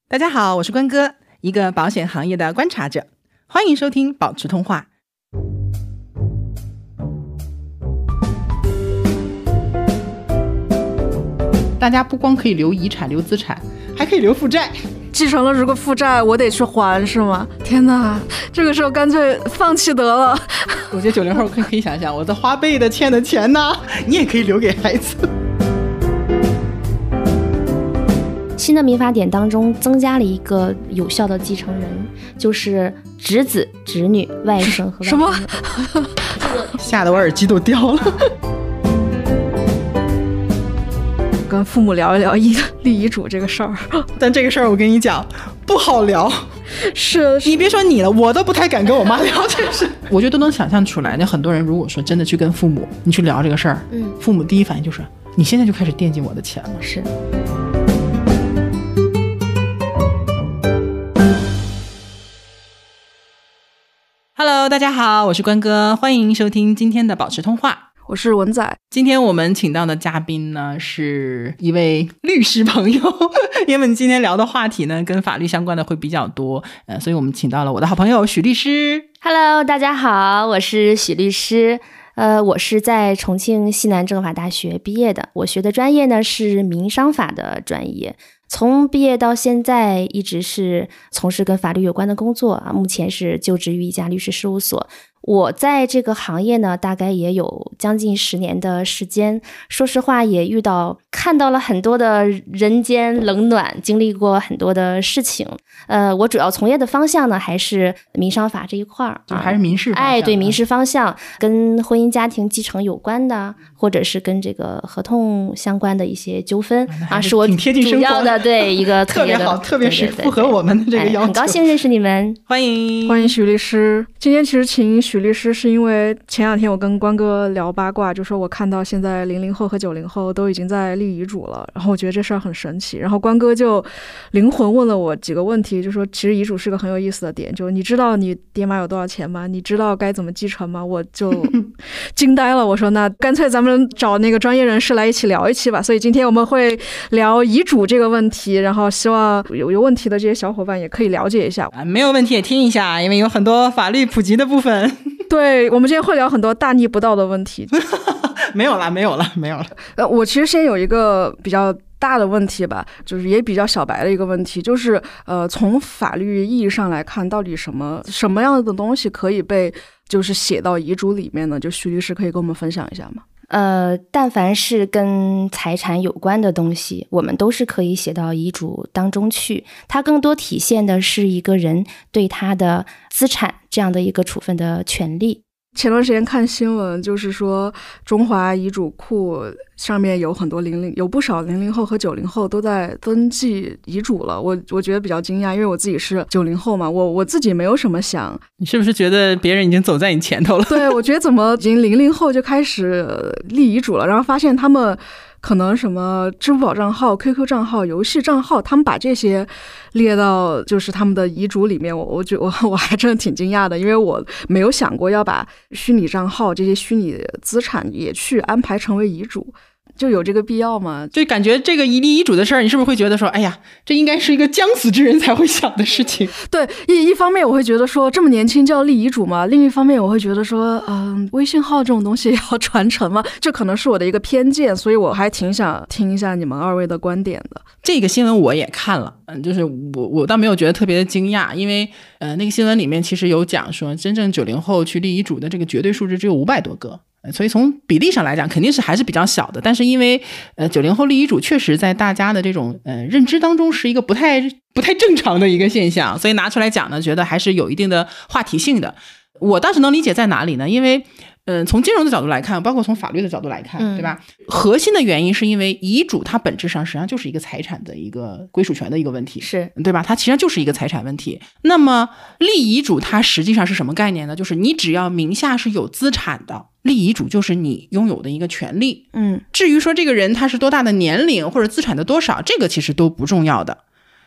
大家好，我是关哥，一个保险行业的观察者，欢迎收听保持通话。大家不光可以留遗产、留资产，还可以留负债。 继承了这个负债，我得去还是吗？天哪，这个时候干脆放弃得了。 我觉得90后可以想想，我的花呗的欠的钱呢，你也可以留给孩子。 新的民法典当中增加了一个有效的继承人，就是侄子、侄女、外甥和外甥。 什么？ 吓得我耳机都掉了。 跟父母聊一聊立遗嘱这个事儿， 但这个事儿我跟你讲不好聊。 是你别说你了，我都不太敢跟我妈聊这个事。我觉得都能想象出来，那很多人如果说真的去跟父母你去聊这个事儿，父母第一反应就是你现在就开始惦记我的钱了。 是。 Hello， 大家好，我是关哥，欢迎收听今天的保持通话。 我是文仔。 今天我们请到的嘉宾呢是一位律师朋友，因为我们今天聊的话题呢跟法律相关的会比较多，所以我们请到了我的好朋友许律师。 Hello， 大家好，我是许律师。我是在重庆西南政法大学毕业的，我学的专业呢是民商法的专业。从毕业到现在一直是从事跟法律有关的工作啊，目前是就职于一家律师事务所。我在这个行业呢大概也有将近10年的时间，说实话也看到了很多的人间冷暖，经历过很多的事情。我主要从业的方向呢还是民商法这一块儿， 还是民事方向。 对，民事方向跟婚姻家庭继承有关的，或者是跟这个合同相关的一些纠纷是我主要的对一个特别好，特别是符合我们的这个要求。 很高兴认识你们， 欢迎许律师。今天其实请许律师是因为前2天我跟关哥聊八卦，就说我看到现在00后和90后都已经在立遗嘱了，然后我觉得这事儿很神奇，然后关哥就灵魂问了我几个问题，就说其实遗嘱是个很有意思的点，就你知道你爹妈有多少钱吗？你知道该怎么继承吗？我就惊呆了，我说那干脆咱们找那个专业人士来一起聊一期吧。所以今天我们会聊遗嘱这个问题，然后希望有问题的这些小伙伴也可以了解一下。 没有问题也听一下，因为有很多法律普及的部分。 对，我们今天会聊很多大逆不道的问题。 没有了。 我其实先有一个比较大的问题吧，就是也比较小白的一个问题，就是从法律意义上来看，到底什么样的东西可以被就是写到遗嘱里面呢？就许律师可以跟我们分享一下吗？ 但凡是跟财产有关的东西，我们都是可以写到遗嘱当中去。它更多体现的是一个人对他的资产这样的一个处分的权利。 前段时间看新闻，就是说中华遗嘱库上面有很多有不少00后和90后都在登记遗嘱了。我觉得比较惊讶，因为我自己是90后嘛，我自己没有什么想。 你是不是觉得别人已经走在你前头了？ 对，我觉得怎么已经00后就开始立遗嘱了，然后发现他们可能什么支付宝账号、QQ 账号、游戏账号，他们把这些列到就是他们的遗嘱里面，我觉得我还真的挺惊讶的，因为我没有想过要把虚拟账号这些虚拟资产也去安排成为遗嘱。就有这个必要吗？ 就感觉这个立遗嘱的事儿，你是不是会觉得说，哎呀，这应该是一个将死之人才会想的事情？ 对，一方面我会觉得说这么年轻就要立遗嘱吗？另一方面我会觉得说，微信号这种东西要传承吗？这可能是我的一个偏见，所以我还挺想听一下你们2位的观点的。 这个新闻我也看了，就是我倒没有觉得特别的惊讶，因为那个新闻里面其实有讲说，真正90后去立遗嘱的这个绝对数字只有500多个。所以从比例上来讲肯定是还是比较小的，但是因为90后立遗嘱确实在大家的这种认知当中是一个不太正常的一个现象，所以拿出来讲呢，觉得还是有一定的话题性的。我倒是能理解在哪里呢？因为从金融的角度来看，包括从法律的角度来看，对吧？核心的原因是因为遗嘱它本质上实际上就是一个财产的一个归属权的一个问题， 是对吧？它其实就是一个财产问题。那么立遗嘱它实际上是什么概念呢？就是你只要名下是有资产的，立遗嘱就是你拥有的一个权利。至于说这个人他是多大的年龄或者资产的多少，这个其实都不重要的。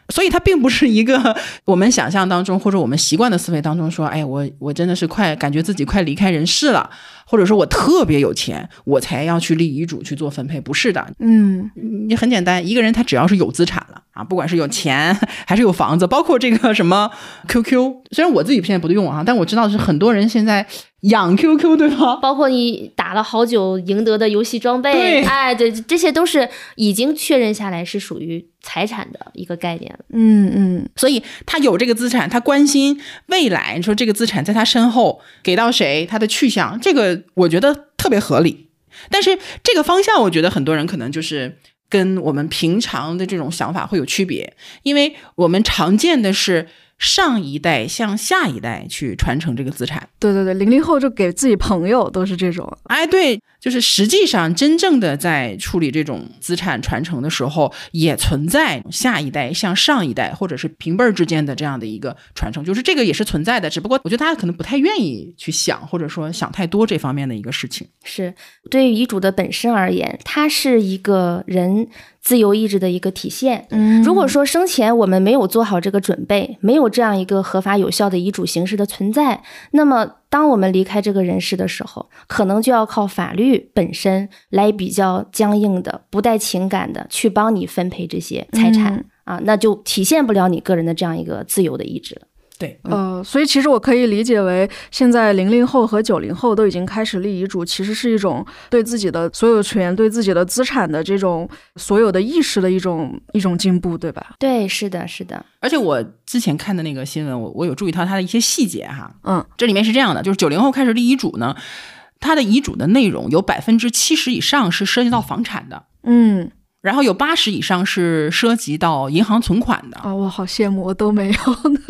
所以它并不是一个我们想象当中或者我们习惯的思维当中说，哎，我真的是感觉自己快离开人世了，或者说我特别有钱我才要去立遗嘱去做分配，不是的。你很简单，一个人他只要是有资产了啊，不管是有钱还是有房子，包括这个什么 QQ， 虽然我自己现在不用啊，但我知道是很多人现在养 QQ 对吧？ 包括你打了好久赢得的游戏装备， 对， 哎，对，这些都是已经确认下来是属于财产的一个概念了。 所以他有这个资产，他关心未来，你说这个资产在他身后给到谁，他的去向，这个我觉得特别合理。但是这个方向我觉得很多人可能就是跟我们平常的这种想法会有区别，因为我们常见的是上一代向下一代去传承这个资产。 对对对，00后就给自己朋友都是这种。 哎，对，就是实际上真正的在处理这种资产传承的时候，也存在下一代向上一代或者是平辈之间的这样的一个传承，就是这个也是存在的，只不过我觉得大家可能不太愿意去想，或者说想太多这方面的一个事情。 是，对于遗嘱的本身而言，它是一个人自由意志的一个体现。如果说生前我们没有做好这个准备，没有这样一个合法有效的遗嘱形式的存在，那么当我们离开这个人世的时候，可能就要靠法律本身来比较僵硬的不带情感的去帮你分配这些财产那就体现不了你个人的这样一个自由的意志了。 对， 所以其实我可以理解为，现在00后和90后都已经开始立遗嘱，其实是一种对自己的所有权、对自己的资产的这种所有的意识的一种进步，对吧？ 对，是的，是的。 而且我之前看的那个新闻，我有注意到它的一些细节哈。这里面是这样的，就是90后开始立遗嘱呢，它的遗嘱的内容有70%以上是涉及到房产的。然后有80%以上是涉及到银行存款的。 我好羡慕，我都没有。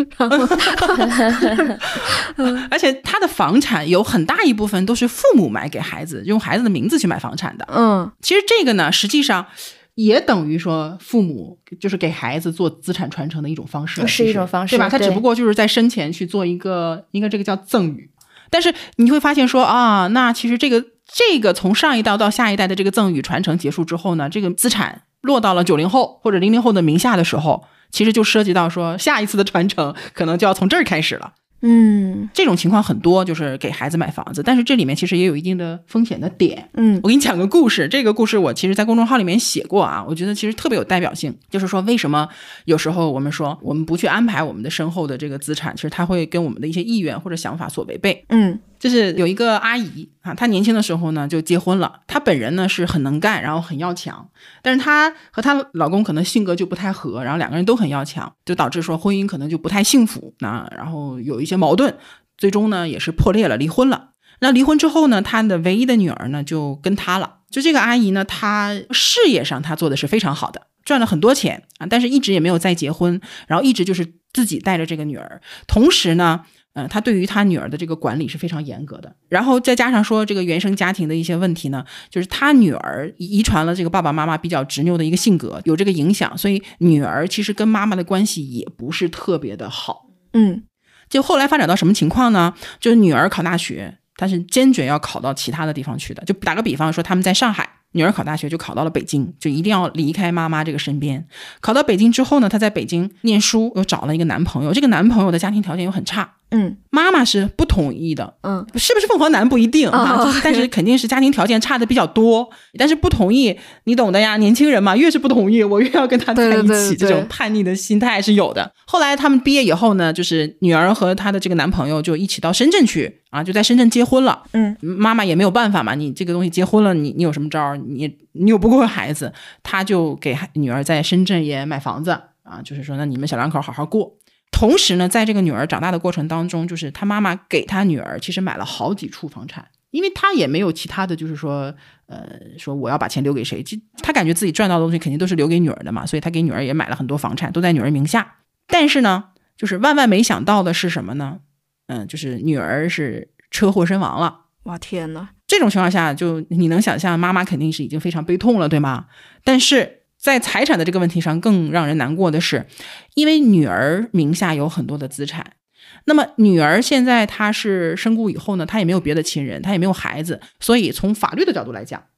而且他的房产有很大一部分都是父母买给孩子，用孩子的名字去买房产的。其实这个呢，实际上也等于说父母就是给孩子做资产传承的一种方式， 是一种方式， 对吧？他只不过就是在生前去做一个，应该这个叫赠与。但是你会发现说那其实这个从上一代到下一代的这个赠与传承结束之后呢，这个资产落到了90后或者00后的名下的时候，其实就涉及到说下一次的传承可能就要从这儿开始了。这种情况很多，就是给孩子买房子，但是这里面其实也有一定的风险的点。我给你讲个故事，这个故事我其实在公众号里面写过啊，我觉得其实特别有代表性，就是说为什么有时候我们说我们不去安排我们的身后的这个资产，其实它会跟我们的一些意愿或者想法所违背。就是有一个阿姨她年轻的时候呢就结婚了，她本人呢是很能干，然后很要强，但是她和她老公可能性格就不太合，然后两个人都很要强，就导致说婚姻可能就不太幸福，然后有一些矛盾，最终呢也是破裂了，离婚了。那离婚之后呢，她的唯一的女儿呢就跟她了。就这个阿姨呢，她事业上她做的是非常好的，赚了很多钱但是一直也没有再结婚，然后一直就是自己带着这个女儿，同时呢他对于他女儿的这个管理是非常严格的，然后再加上说这个原生家庭的一些问题呢，就是他女儿遗传了这个爸爸妈妈比较执拗的一个性格，有这个影响，所以女儿其实跟妈妈的关系也不是特别的好。就后来发展到什么情况呢？就是女儿考大学，她是坚决要考到其他的地方去的，就打个比方说他们在上海，女儿考大学就考到了北京，就一定要离开妈妈这个身边。考到北京之后呢，她在北京念书，又找了一个男朋友，这个男朋友的家庭条件又很差，妈妈是不同意的，是不是凤凰男不一定但是肯定是家庭条件差的比较多，但是不同意，你懂的呀，年轻人嘛，越是不同意我越要跟他在一起，这种叛逆的心态是有的。后来他们毕业以后呢，就是女儿和她的这个男朋友就一起到深圳去就在深圳结婚了。妈妈也没有办法嘛，你这个东西结婚了，你有什么招？你又不过孩子，他就给女儿在深圳也买房子就是说那你们小两口好好过。同时呢，在这个女儿长大的过程当中，就是她妈妈给她女儿其实买了好几处房产，因为她也没有其他的就是说说我要把钱留给谁，她感觉自己赚到的东西肯定都是留给女儿的嘛，所以她给女儿也买了很多房产，都在女儿名下。但是呢，就是万万没想到的是什么呢？就是女儿是车祸身亡了。 哇天哪！ 这种情况下，就你能想象妈妈肯定是已经非常悲痛了，对吗？但是在财产的这个问题上更让人难过的是，因为女儿名下有很多的资产，那么女儿现在她是身故以后呢，她也没有别的亲人，她也没有孩子，所以从法律的角度来讲，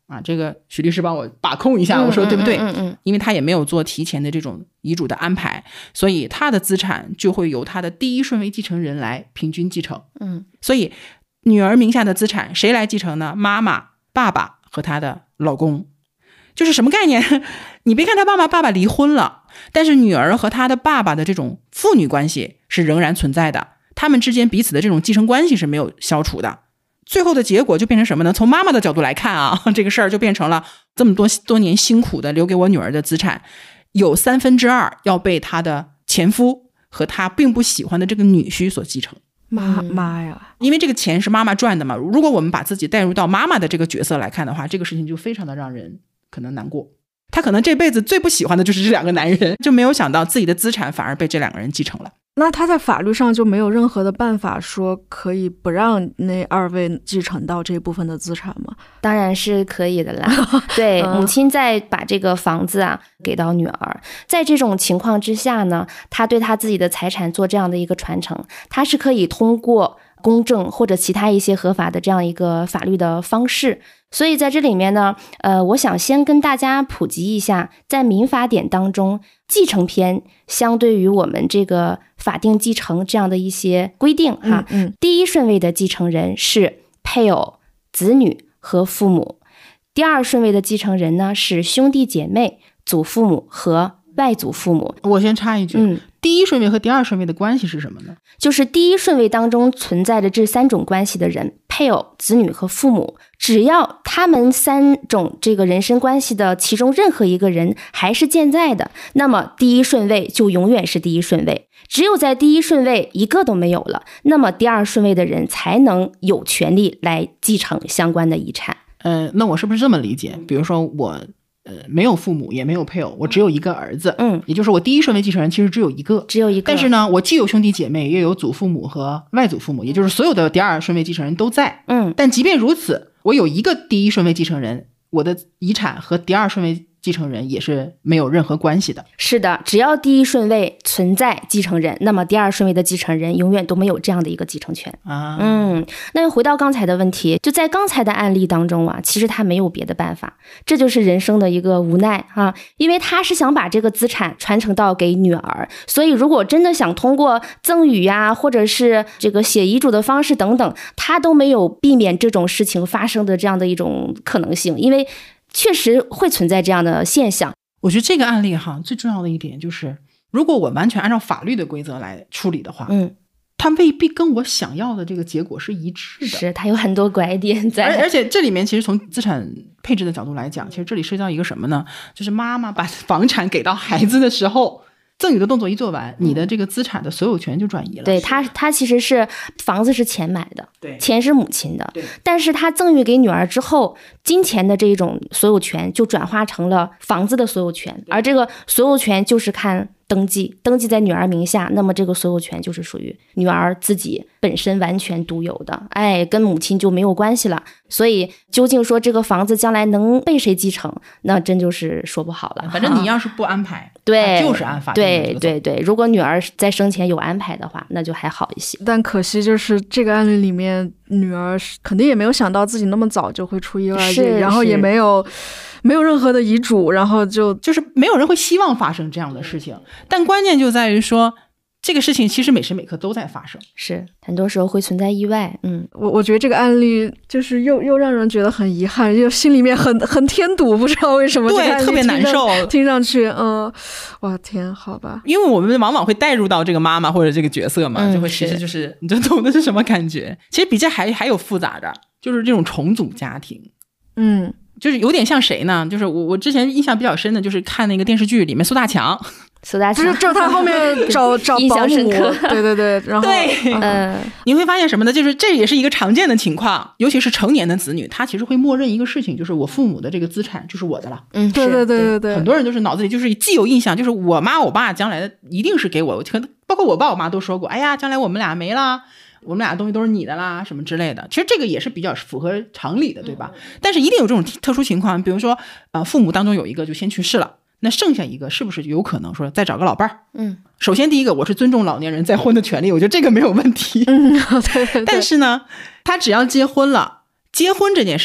啊，这个许律师帮我把控一下，我说对不对？ 因为他也没有做提前的这种遗嘱的安排，所以他的资产就会由他的第一顺位继承人来平均继承。所以女儿名下的资产谁来继承呢？妈妈、爸爸和她的老公。就是什么概念？你别看他爸爸离婚了，但是女儿和他的爸爸的这种父女关系是仍然存在的，他们之间彼此的这种继承关系是没有消除的。最后的结果就变成什么呢？从妈妈的角度来看啊，这个事儿就变成了这么多年辛苦的留给我女儿的资产，有2/3要被她的前夫和她并不喜欢的这个女婿所继承。 妈呀！ 因为这个钱是妈妈赚的嘛，如果我们把自己带入到妈妈的这个角色来看的话，这个事情就非常的让人可能难过。她可能这辈子最不喜欢的就是这2个男人，就没有想到自己的资产反而被这2个人继承了。 那他在法律上就没有任何的办法说可以不让那2位继承到这部分的资产吗？ 当然是可以的啦。对，母亲再把这个房子啊给到女儿，在这种情况之下呢，他对他自己的财产做这样的一个传承，他是可以通过公证或者其他一些合法的这样一个法律的方式。所以在这里面呢，我想先跟大家普及一下，在民法典当中，继承篇相对于我们这个法定继承这样的一些规定哈，第一顺位的继承人是配偶、子女和父母，第2顺位的继承人呢是兄弟姐妹、祖父母和外祖父母。 我先插一句，第一顺位和第2顺位的关系是什么呢？ 就是第一顺位当中存在着这3种关系的人，配偶、子女和父母，只要他们3种这个人身关系的其中任何一个人还是健在的，那么第一顺位就永远是第一顺位。只有在第一顺位一个都没有了，那么第2顺位的人才能有权利来继承相关的遗产。 那我是不是这么理解？比如说我没有父母也没有配偶，我只有一个儿子，也就是我第一顺位继承人其实只有一个，但是呢，我既有兄弟姐妹，又有祖父母和外祖父母，也就是所有的第2顺位继承人都在，但即便如此，我有一个第一顺位继承人，我的遗产和第2顺位继承人也是没有任何关系的。 是的，只要第一顺位存在继承人，那么第2顺位的继承人永远都没有这样的一个继承权啊。那回到刚才的问题，就在刚才的案例当中啊，其实他没有别的办法，这就是人生的一个无奈啊，因为他是想把这个资产传承到给女儿，所以如果真的想通过赠与呀，或者是这个写遗嘱的方式等等，他都没有避免这种事情发生的这样的一种可能性，因为确实会存在这样的现象。 我觉得这个案例哈，最重要的一点就是，如果我完全按照法律的规则来处理的话，它未必跟我想要的这个结果是一致的。 是，它有很多拐点在。 而且这里面其实从资产配置的角度来讲，其实这里涉及到一个什么呢？就是妈妈把房产给到孩子的时候，赠与的动作一做完，你的这个资产的所有权就转移了。 对，他其实是房子是钱买的， 对， 钱是母亲的，对，但是他赠与给女儿之后，金钱的这种所有权就转化成了房子的所有权，而这个所有权就是看登记在女儿名下，那么这个所有权就是属于女儿自己本身完全独有的，跟母亲就没有关系了。所以究竟说这个房子将来能被谁继承，那真就是说不好了。 反正你要是不安排， 对， 就是按法定的对，如果女儿在生前有安排的话，那就还好一些。 但可惜就是这个案例里面，女儿肯定也没有想到自己那么早就会出意外，然后也没有任何的遗嘱，然后就是没有人会希望发生这样的事情。但关键就在于说，这个事情其实每时每刻都在发生， 是很多时候会存在意外。 我觉得这个案例就是又让人觉得很遗憾，又心里面很添堵，不知道为什么， 对，特别难受， 听上去，哇天，好吧， 因为我们往往会带入到这个妈妈或者这个角色嘛，就会其实就是你就懂的是什么感觉。其实比这还有复杂的，就是这种重组家庭，就是有点像谁呢？就是我之前印象比较深的，就是看那个电视剧里面苏大强就是他后面找保姆，对，然后对，你会发现什么呢？就是这也是一个常见的情况，尤其是成年的子女，他其实会默认一个事情，就是我父母的这个资产就是我的了。 对， 很多人就是脑子里就是既有印象，就是我妈我爸将来的一定是给我，包括我爸我妈都说过，哎呀，将来我们俩没了，我们俩东西都是你的啦，什么之类的。其实这个也是比较符合常理的，对吧？但是一定有这种特殊情况，比如说父母当中有一个就先去世了，那剩下一个是不是有可能说再找个老伴儿？首先第一个，我是尊重老年人再婚的权利，我觉得这个没有问题。 对， 但是呢，他只要结婚了，结婚这件事情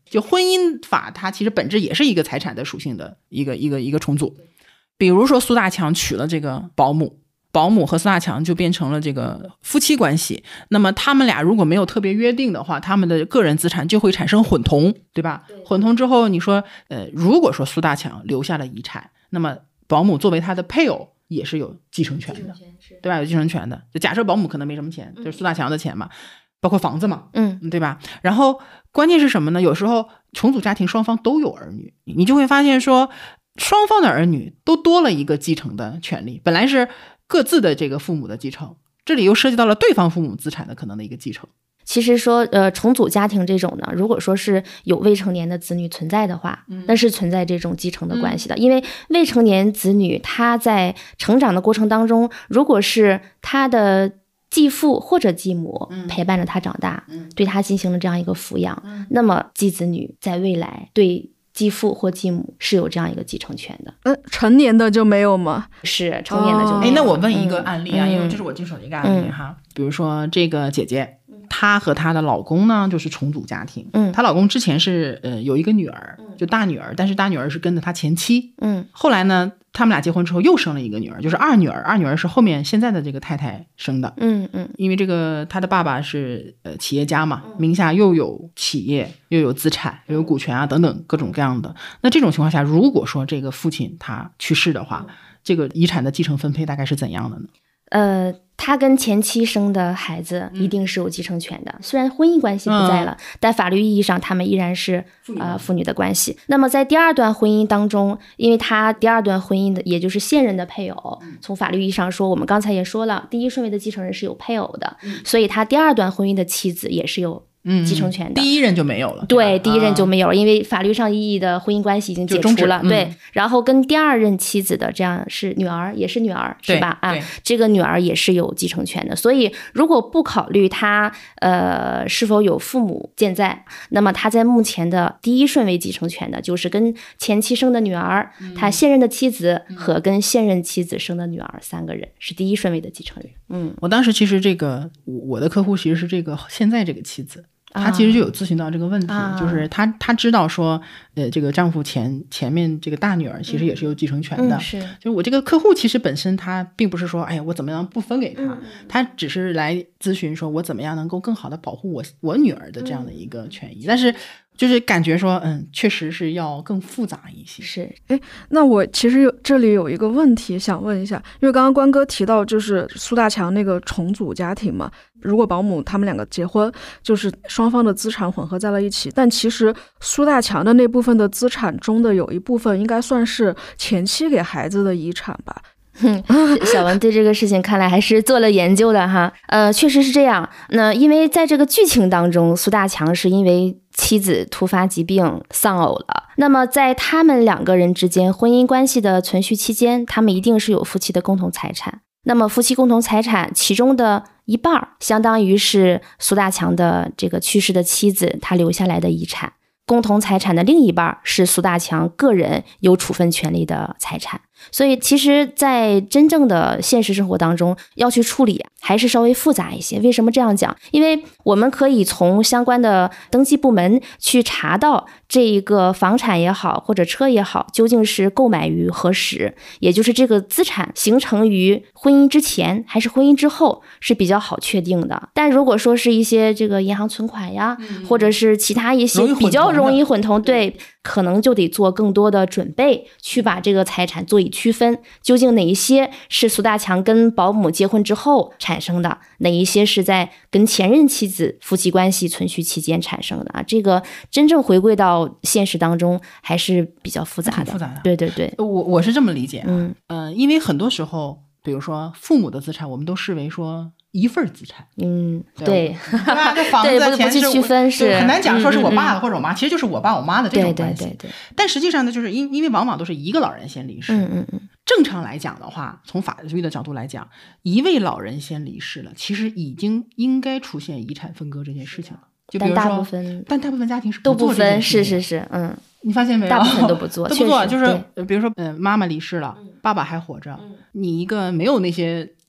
就婚姻法它其实本质也是一个财产的属性的一个重组。比如说苏大强娶了这个保姆，保姆和苏大强就变成了这个夫妻关系，那么他们俩如果没有特别约定的话，他们的个人资产就会产生混同，对吧？混同之后你说如果说苏大强留下了遗产，那么保姆作为他的配偶也是有继承权的，对吧？有继承权的。就假设保姆可能没什么钱，就是苏大强的钱嘛，包括房子嘛，对吧？然后关键是什么呢？有时候重组家庭双方都有儿女，你就会发现说双方的儿女都多了一个继承的权利，本来是各自的这个父母的继承，这里又涉及到了对方父母资产的可能的一个继承。 其实说重组家庭这种呢，如果说是有未成年的子女存在的话，那是存在这种继承的关系的。因为未成年子女他在成长的过程当中，如果是他的继父或者继母陪伴着他长大，对他进行了这样一个抚养，那么继子女在未来对继父或继母是有这样一个继承权的。 成年的就没有吗？ 是成年的就没有。 那我问一个案例啊，因为这是我经手的一个案例哈。比如说这个姐姐，她和她的老公呢就是重组家庭。她老公之前是有一个女儿，就大女儿，但是大女儿是跟着她前妻。后来呢，他们俩结婚之后又生了一个女儿，就是二女儿。二女儿是后面现在的这个太太生的。因为这个她的爸爸是企业家嘛，名下又有企业，又有资产，又有股权啊等等各种各样的。那这种情况下，如果说这个父亲他去世的话，这个遗产的继承分配大概是怎样的呢？ 他跟前妻生的孩子一定是有继承权的，虽然婚姻关系不在了，但法律意义上他们依然是父女的关系。那么在第二段婚姻当中，因为他第二段婚姻的也就是现任的配偶，从法律意义上说，我们刚才也说了，第一顺位的继承人是有配偶的，所以他第二段婚姻的妻子也是有继承权的。 第一任就没有了。 对，第一任就没有了，因为法律上意义的婚姻关系已经解除了。对，然后跟第二任妻子的这样是女儿，也是女儿，是吧？这个女儿也是有继承权的。所以如果不考虑她是否有父母健在，那么她在目前的第一顺位继承权的就是跟前妻生的女儿，她现任的妻子和跟现任妻子生的女儿3个人是第一顺位的继承人。 我当时其实这个我的客户其实是这个现在这个妻子。他其实就有咨询到这个问题，就是他知道说，这个丈夫前面这个大女儿其实也是有继承权的。 是， 就是我这个客户其实本身他并不是说，哎呀，我怎么样不分给他，他只是来咨询说我怎么样能够更好的保护我女儿的这样的一个权益，但是就是感觉说，确实是要更复杂一些。 是， 那我其实这里有一个问题想问一下，因为刚刚关哥提到就是苏大强那个重组家庭嘛，如果保姆他们两个结婚，就是双方的资产混合在了一起，但其实苏大强的那部分的资产中的有一部分应该算是前妻给孩子的遗产吧。 小文对这个事情看来还是做了研究的哈。确实是这样。那因为在这个剧情当中，苏大强是因为妻子突发疾病丧偶了，那么在他们2个人之间婚姻关系的存续期间，他们一定是有夫妻的共同财产。那么夫妻共同财产其中的一半相当于是苏大强的这个去世的妻子他留下来的遗产，共同财产的另一半是苏大强个人有处分权利的财产。所以其实在真正的现实生活当中要去处理还是稍微复杂一些。为什么这样讲？因为我们可以从相关的登记部门去查到这一个房产也好或者车也好究竟是购买于何时，也就是这个资产形成于婚姻之前还是婚姻之后是比较好确定的。但如果说是一些这个银行存款呀，或者是其他一些比较容易混同，对，可能就得做更多的准备，去把这个财产做以区分，究竟哪一些是苏大强跟保姆结婚之后产生的，哪一些是在跟前任妻子夫妻关系存续期间产生的啊？这个真正回归到现实当中还是比较复杂的。 复杂的。 对对对， 我是这么理解啊。因为很多时候，比如说父母的资产，我们都视为说一份资产。 对吧？这房子的钱不去区分是很难讲说是我爸的或者我妈，其实就是我爸我妈的这种关系。 对。 但实际上呢，就是因为往往都是一个老人先离世。正常来讲的话，从法律的角度来讲，一位老人先离世了，其实已经应该出现遗产分割这件事情了。就比如说，但大部分家庭是都不分，是， 你发现没有？ 大部分都不做， 都不做，就是比如说，妈妈离世了，爸爸还活着，你一个没有那些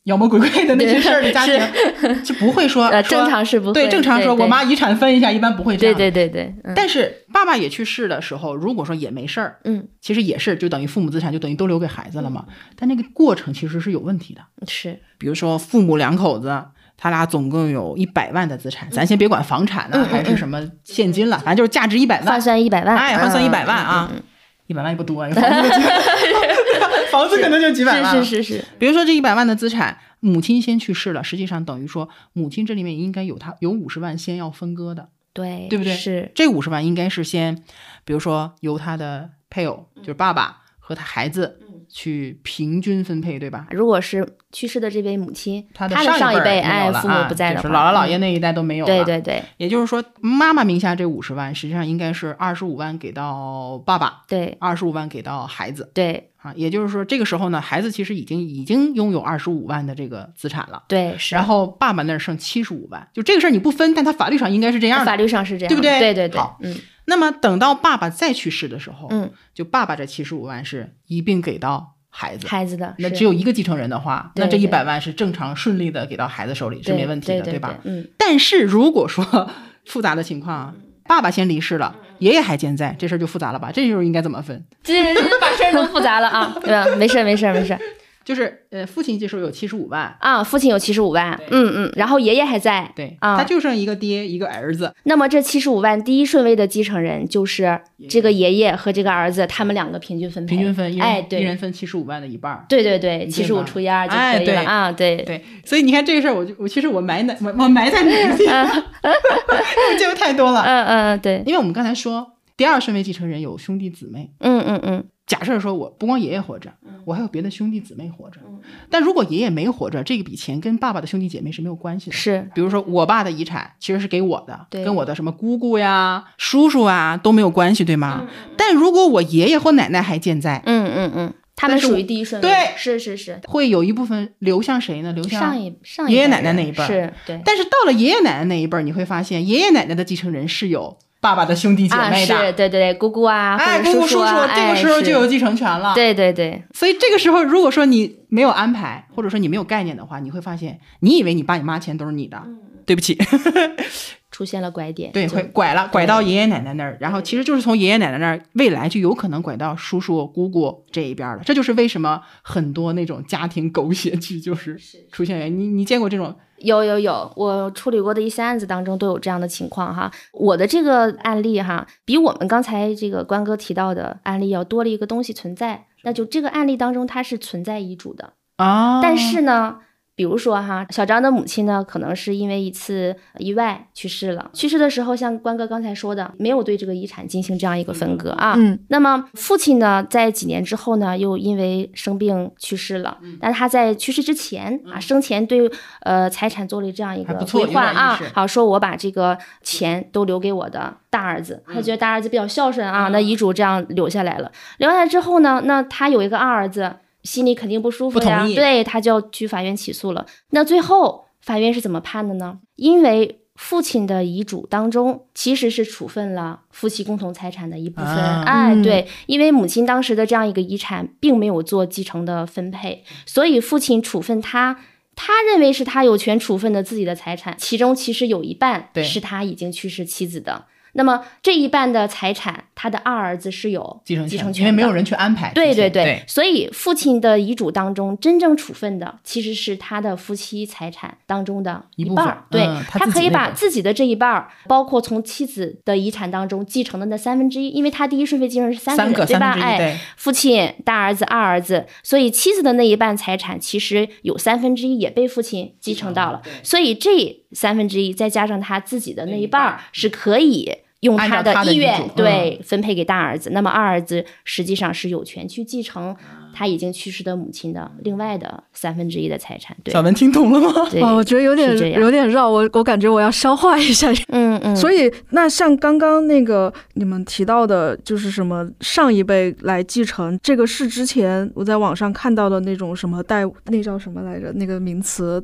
妖魔鬼怪的那些事儿的家庭，就不会说正常是不会， 对，正常说我妈遗产分一下，一般不会这样。 对。 但是爸爸也去世的时候，如果说也没事儿，其实也是就等于父母资产就等于都留给孩子了嘛。但那个过程其实是有问题的， 是， 比如说父母两口子。他俩总共有100万的资产，咱先别管房产呢，还是什么现金了，反正就是价值100万， 换算100万， 换算100万啊，100万也不多啊，房子可能就几百万。 是。 比如说这100万的资产，母亲先去世了，实际上等于说母亲这里面应该有50万先要分割的，对不对？ 是这50万应该是先，比如说由他的配偶，就是爸爸和他孩子。去平均分配，对吧？ 如果是去世的这位母亲， 她的上一辈父母不在的话， 姥姥姥爷那一代都没有了。 对。 也就是说，妈妈名下这50万，实际上应该是25万给到爸爸， 对 ，25万给到孩子， 对。 也就是说，这个时候呢，孩子其实已经拥有25万的这个资产了， 对，是。 然后爸爸那儿剩75万，就这个事儿你不分，但他法律上应该是这样的， 法律上是这样， 对不对？ 对。 好，那么等到爸爸再去世的时候，就爸爸这75万是一并给到孩子的，那只有一个继承人的话，那这100万是正常顺利的给到孩子手里，是没问题的，对吧？但是如果说复杂的情况，爸爸先离世了，爷爷还健在，这事儿就复杂了吧？这时候应该怎么分？ 这把事儿弄复杂了啊！对吧？没事。 就是父亲这时候有75万啊，父亲有75万，然后爷爷还在， 对啊，他就剩一个爹一个儿子。 那么这75万第一顺位的继承人就是这个爷爷和这个儿子，他们两个平均分配， 一人分75万的一半。 对，75除以2就可以了啊，对。 所以你看这个事儿，我其实我埋在哪里，这个太多了， 对， 因为我们刚才说第二顺位继承人有兄弟姊妹，假设说我不光爷爷活着，我还有别的兄弟姊妹活着，但如果爷爷没活着，这笔钱跟爸爸的兄弟姐妹是没有关系的。 是， 比如说我爸的遗产其实是给我的，跟我的什么姑姑呀、叔叔啊都没有关系，对吗？但如果我爷爷或奶奶还健在， 他们属于第一顺位， 对， 是， 会有一部分流向谁呢？流向上爷爷奶奶那一辈， 是，对。 但是到了爷爷奶奶那一辈，你会发现爷爷奶奶的继承人是有爸爸的兄弟姐妹的， 是，对，姑姑啊，或者叔叔啊，这个时候就有继承权了， 对。 所以这个时候，如果说你没有安排，或者说你没有概念的话，你会发现，你以为你爸你妈钱都是你的，对不起， 出现了拐点， 对，会拐到爷爷奶奶那儿，然后其实就是从爷爷奶奶那儿，未来就有可能拐到叔叔姑姑这一边了。这就是为什么很多那种家庭狗血剧就是出现。你见过这种？ 有，我处理过的一些案子当中都有这样的情况哈。我的这个案例哈，比我们刚才这个关哥提到的案例要多了一个东西存在，那就这个案例当中它是存在遗嘱的啊，但是呢。比如说哈，小张的母亲呢，可能是因为一次意外去世了。去世的时候，像关哥刚才说的，没有对这个遗产进行这样一个分割啊。那么父亲呢，在几年之后呢，又因为生病去世了。但他在去世之前啊，生前对财产做了这样一个规划啊，好，说我把这个钱都留给我的大儿子，他觉得大儿子比较孝顺啊，那遗嘱这样留下来了。留下来之后呢，那他有一个二儿子。心里肯定不舒服呀，对，他就要去法院起诉了。那最后法院是怎么判的呢？因为父亲的遗嘱当中其实是处分了夫妻共同财产的一部分，对，因为母亲当时的这样一个遗产并没有做继承的分配，所以父亲处分他认为是他有权处分的自己的财产，其中其实有一半是他已经去世妻子的。那么这一半的财产，他的二儿子是有继承权的， 因为没有人去安排。 对，所以父亲的遗嘱当中真正处分的其实是他的夫妻财产当中的一半。对，他可以把自己的这一半，包括从妻子的遗产当中继承的那1/3，因为他第一顺位继承人是3个人，对吧？父亲、大儿子、二儿子，所以妻子的那一半财产其实有1/3也被父亲继承到了，所以这1/3再加上他自己的那一半是可以。用他的意愿对分配给大儿子，那么二儿子实际上是有权去继承他已经去世的母亲的另外的1/3的财产。对， 小文听懂了吗？ 我觉得有点绕，我感觉我要消化一下。所以那像刚刚那个你们提到的，就是什么上一辈来继承，这个是之前我在网上看到的那种什么那叫什么来着？那个名词。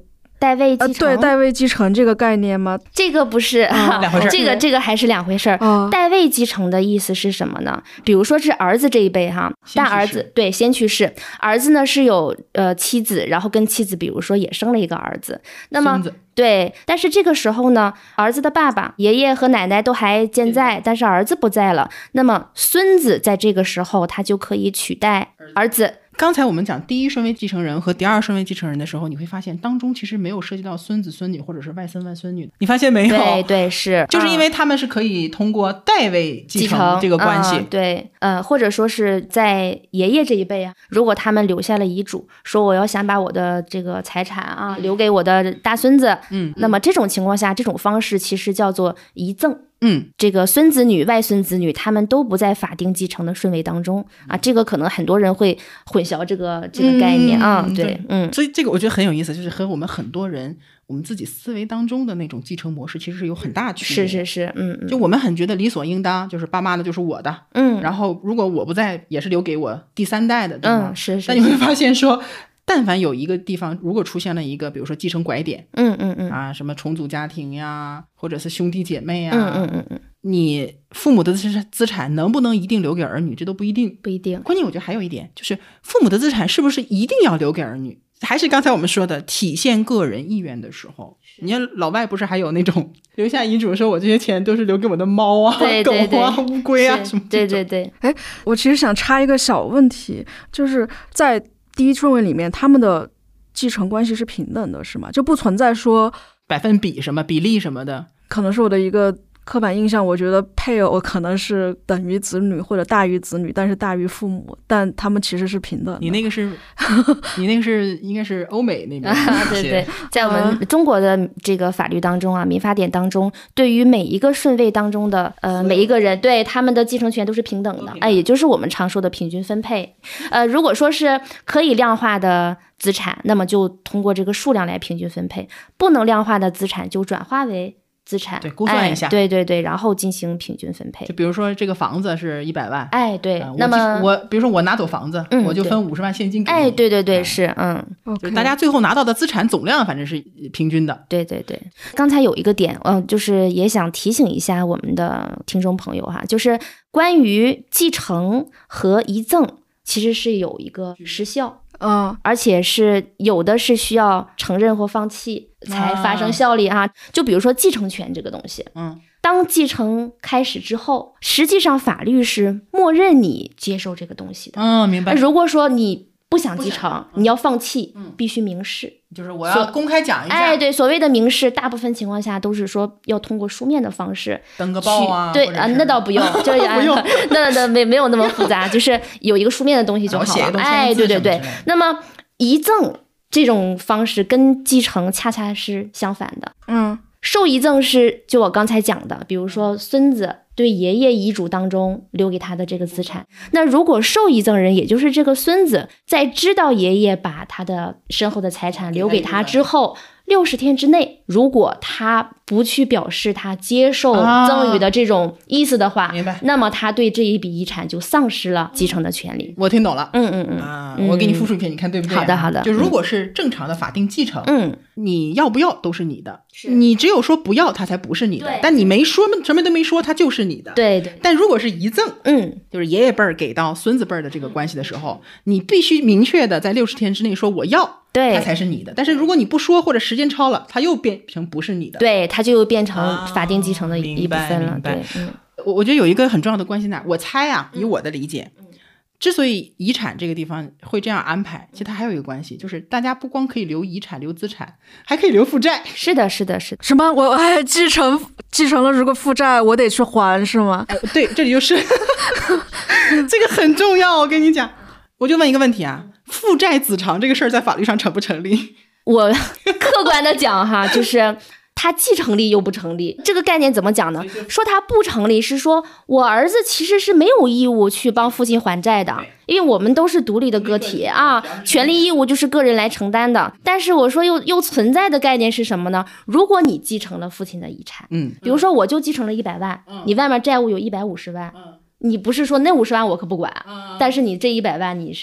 代位继承， 对，代位继承这个概念吗？ 这个不是， 两回事。 这个还是两回事儿。代位继承的意思是什么呢？比如说是儿子这一辈哈，但儿子对先去世，儿子呢是有妻子，然后跟妻子比如说也生了一个儿子，那么对，但是这个时候呢，儿子的爸爸、爷爷和奶奶都还健在，但是儿子不在了，那么孙子在这个时候他就可以取代儿子。 刚才我们讲第一顺位继承人和第二顺位继承人的时候，你会发现当中其实没有涉及到孙子孙女或者是外孙外孙女，你发现没有？ 对对是， 就是因为他们是可以通过代位继承这个关系。 对，或者说是在爷爷这一辈啊，如果他们留下了遗嘱，说我要想把我的这个财产啊留给我的大孙子，那么这种情况下，这种方式其实叫做遗赠。这个孙子女、外孙子女他们都不在法定继承的顺位当中啊，这个可能很多人会混淆这个概念啊，对， 所以这个我觉得很有意思，就是和我们很多人我们自己思维当中的那种继承模式其实是有很大区别。 是， 就我们很觉得理所应当，就是爸妈的就是我的，然后如果我不在，也是留给我第三代的，对吗？ 是。 但你会发现说，但凡有一个地方如果出现了一个比如说继承拐点，什么重组家庭呀，或者是兄弟姐妹呀，你父母的资产能不能一定留给儿女，这都不一定。关键我觉得还有一点，就是父母的资产是不是一定要留给儿女，还是刚才我们说的体现个人意愿的时候。你看老外不是还有那种留下遗嘱说我这些钱都是留给我的猫啊、狗啊、乌龟啊什么。 对。 我其实想插一个小问题，就是在第一顺位里面他们的继承关系是平等的是吗？就不存在说百分比什么比例什么的。 可能是我的一个刻板印象，我觉得配偶可能是等于子女或者大于子女，但是大于父母，但他们其实是平等的。 你那个是应该是欧美那边对，在我们中国的这个法律当中啊，民法典当中，对于每一个顺位当中的每一个人，对他们的继承权都是平等的，也就是我们常说的平均分配。如果说是可以量化的资产，那么就通过这个数量来平均分配；不能量化的资产就转化为资产， 对，估算一下， 对，然后进行平均分配。 就比如说这个房子是100万， 对，那么我比如说我拿走房子，我就分50万现金给你， 对，是， 就是大家最后拿到的资产总量反正是平均的。 对。刚才有一个点，就是也想提醒一下我们的听众朋友哈，就是关于继承和遗赠，其实是有一个时效。而且是有的是需要承认或放弃才发生效力啊。就比如说继承权这个东西，当继承开始之后，实际上法律是默认你接受这个东西的。 明白。 如果说你不想继承，你要放弃，必须明示。 就是我要公开讲一下。 对，所谓的明示，大部分情况下都是说要通过书面的方式， 登个报啊。 对啊，那倒不用，就是不用， 那没有那么复杂，就是有一个书面的东西就好了。对。那么遗赠这种方式跟继承恰恰是相反的。受遗赠是就我刚才讲的，比如说孙子对爷爷遗嘱当中留给他的这个资产，那如果受遗赠人也就是这个孙子在知道爷爷把他的身后的财产留给他之后，60天之内，如果他不去表示他接受赠与的这种意思的话， 明白， 那么他对这一笔遗产就丧失了继承的权利。 我听懂了。我给你复述一遍，你看对不对？ 好的。 就如果是正常的法定继承，你要不要都是你的，你只有说不要，它才不是你的。但你没说什么都没说，它就是你的。 对。 但如果是遗赠，就是爷爷辈儿给到孙子辈儿的这个关系的时候，你必须明确的在60天之内说我要。 对， 它才是你的。但是如果你不说或者时间超了，它又变成不是你的。 对，它就变成法定继承的一部分了。对， 我觉得有一个很重要的关系在，我猜啊，以我的理解，之所以遗产这个地方会这样安排，其实它还有一个关系，就是大家不光可以留遗产、留资产，还可以留负债。 是的。 什么？我继承了，如果负债我得去还是吗？ 对，这里就是这个很重要。我跟你讲，我就问一个问题啊。负债子偿这个事儿在法律上成不成立？ 我客观的讲哈，就是它既成立又不成立。这个概念怎么讲呢？说它不成立是说我儿子其实是没有义务去帮父亲还债的，因为我们都是独立的个体啊，权利义务就是个人来承担的。但是我说又存在的概念是什么呢？如果你继承了父亲的遗产，比如说我就继承了100万，你外面债务有150万，你不是说那50万我可不管，但是你这100万你是要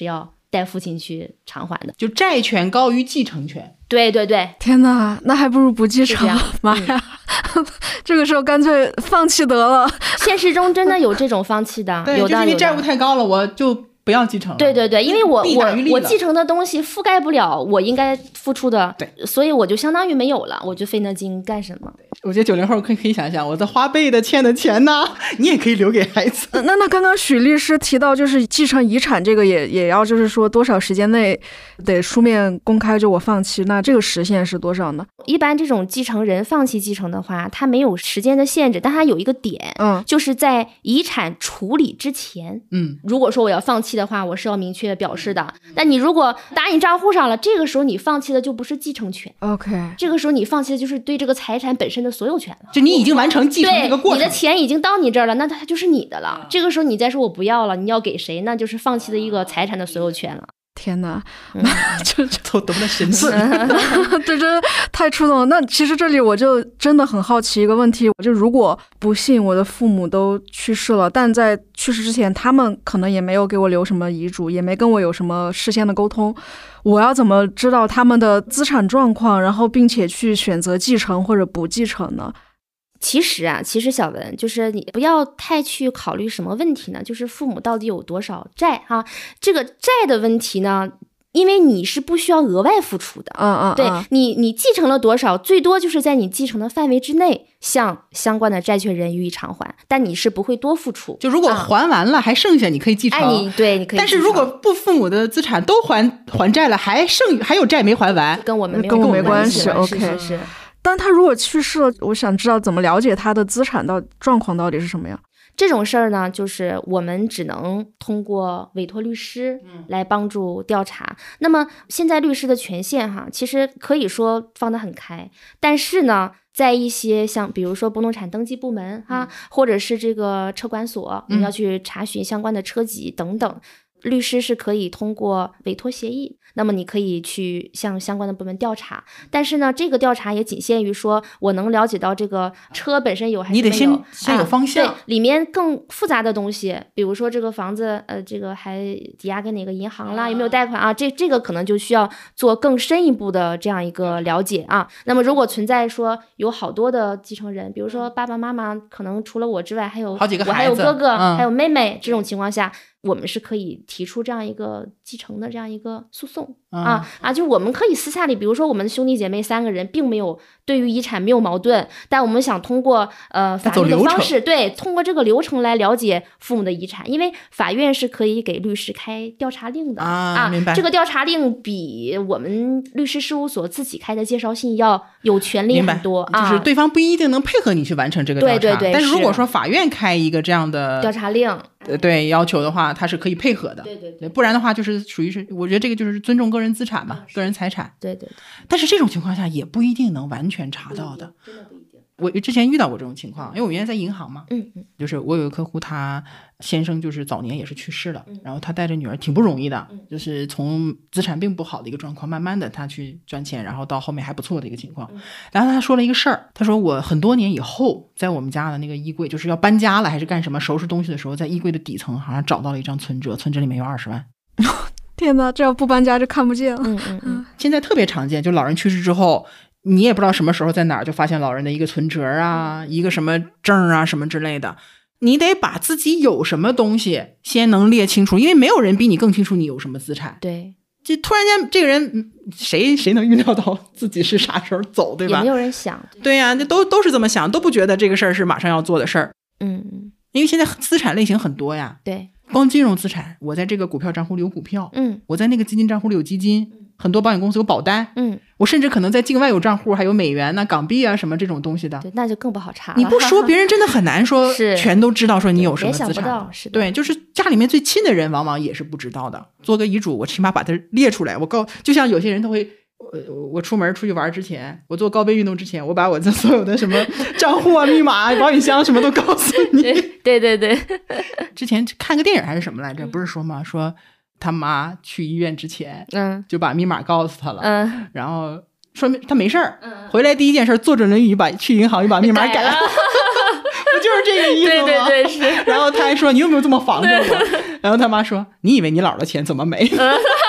带父亲去偿还的， 就债权高于继承权。 对对对， 天哪，那还不如不继承，妈呀！这个时候干脆放弃得了。 现实中真的有这种放弃的， 对， 有的就是因为债务太高了，我就不要继承了。 对对对，因为我继承的东西覆盖不了我应该付出的， 对， 所以我就相当于没有了，我就费那劲干什么？ 我觉得90后可以想想，我的花呗的欠的钱呢，你也可以留给孩子。 那刚刚许律师提到，就是继承遗产这个也要就是说多少时间内得书面公开，就我放弃，那这个时限是多少呢？ 一般这种继承人放弃继承的话，他没有时间的限制，但他有一个点，就是在遗产处理之前，如果说我要放弃的话，我是要明确表示的。但你如果打你账户上了，这个时候你放弃的就不是继承权 ，OK， 这个时候你放弃的就是对这个财产本身的所有权了， 就你已经完成继承这个过程， 你的钱已经到你这儿了，那它就是你的了。这个时候你再说我不要了，你要给谁？那就是放弃的一个财产的所有权了。 天哪， 这多么的神奇！ 这真太触动了。那其实这里我就真的很好奇一个问题，就如果不幸我的父母都去世了，但在去世之前，他们可能也没有给我留什么遗嘱，也没跟我有什么事先的沟通，我要怎么知道他们的资产状况，然后并且去选择继承或者不继承呢？ 其实小文，就是你不要太去考虑什么问题呢，就是父母到底有多少债啊？这个债的问题呢，因为你是不需要额外付出的，对，你继承了多少，最多就是在你继承的范围之内，向相关的债权人予以偿还，但你是不会多付出。 就如果还完了还剩下，你可以继承， 你可以。 但是如果父母的资产都还债了，还有债没还完， 跟我们没关系。OK， 是。 但他如果去世了，我想知道怎么了解他的资产状况到底是什么样。 这种事儿呢，就是我们只能通过委托律师来帮助调查。那么现在律师的权限其实可以说放得很开，但是呢，在一些像比如说不动产登记部门或者是这个车管所，你要去查询相关的车籍等等，律师是可以通过委托协议，那么你可以去向相关的部门调查，但是呢，这个调查也仅限于说我能了解到这个车本身有还是没有， 你得先有方向， 对，里面更复杂的东西，比如说这个房子这个还抵押给哪个银行啦，有没有贷款啊，这个可能就需要做更深一步的这样一个了解啊。那么如果存在说有好多的继承人，比如说爸爸妈妈可能除了我之外还有好几个孩子， 我还有哥哥还有妹妹，这种情况下我们是可以提出这样一个继承的这样一个诉讼就是我们可以私下里，比如说我们的兄弟姐妹3个人并没有对于遗产没有矛盾，但我们想通过法律的方式，对，通过这个流程来了解父母的遗产，因为法院是可以给律师开调查令的明白。 这个调查令比我们律师事务所自己开的介绍信要有权利很多就是对方不一定能配合你去完成这个调查， 对， 但是如果说法院开一个这样的调查令， 对要求的话，它是可以配合的， 对， 不然的话就是属于是，我觉得这个就是尊重个人资产嘛，个人财产， 对， 但是这种情况下也不一定能完全查到的， 真的不一定。 我之前遇到过这种情况，因为我原来在银行嘛，就是我有一个客户，他先生就是早年也是去世了，然后他带着女儿挺不容易的，就是从资产并不好的一个状况，慢慢的他去赚钱，然后到后面还不错的一个情况。然后他说了一个事儿，他说我很多年以后在我们家的那个衣柜，就是要搬家了还是干什么收拾东西的时候，在衣柜的底层好像找到了一张存折，存折里面有20万。 天哪，这要不搬家就看不见了。 现在特别常见，就老人去世之后，你也不知道什么时候在哪儿就发现老人的一个存折啊，一个什么证啊什么之类的，你得把自己有什么东西先能列清楚，因为没有人比你更清楚你有什么资产。 对， 就突然间这个人谁能预料到自己是啥时候走，对吧？ 也没有人想。 对呀，都是这么想，都不觉得这个事儿是马上要做的事儿。因为现在资产类型很多呀。 对， 光金融资产，我在这个股票账户里有股票，我在那个基金账户里有基金，很多保险公司有保单，我甚至可能在境外有账户，还有美元港币啊什么这种东西的。 对，那就更不好查了。 你不说，别人真的很难说全都知道说你有什么资产。 联想不到，是的。 对，就是家里面最亲的人往往也是不知道的。做个遗嘱，我起码把它列出来，就像有些人他会。我出门出去玩之前，我做高杯运动之前，我把我这所有的什么账户啊、密码、保险箱什么都告诉你。 对。 之前看个电影还是什么来着？不是说吗？说他妈去医院之前，就把密码告诉他了，然后说明他没事儿，回来第一件事坐着轮椅去银行又把密码改了。不就是这个意思吗？ 对，是。 然后他还说你有没有这么防着我？然后他妈说你以为你姥的钱怎么没？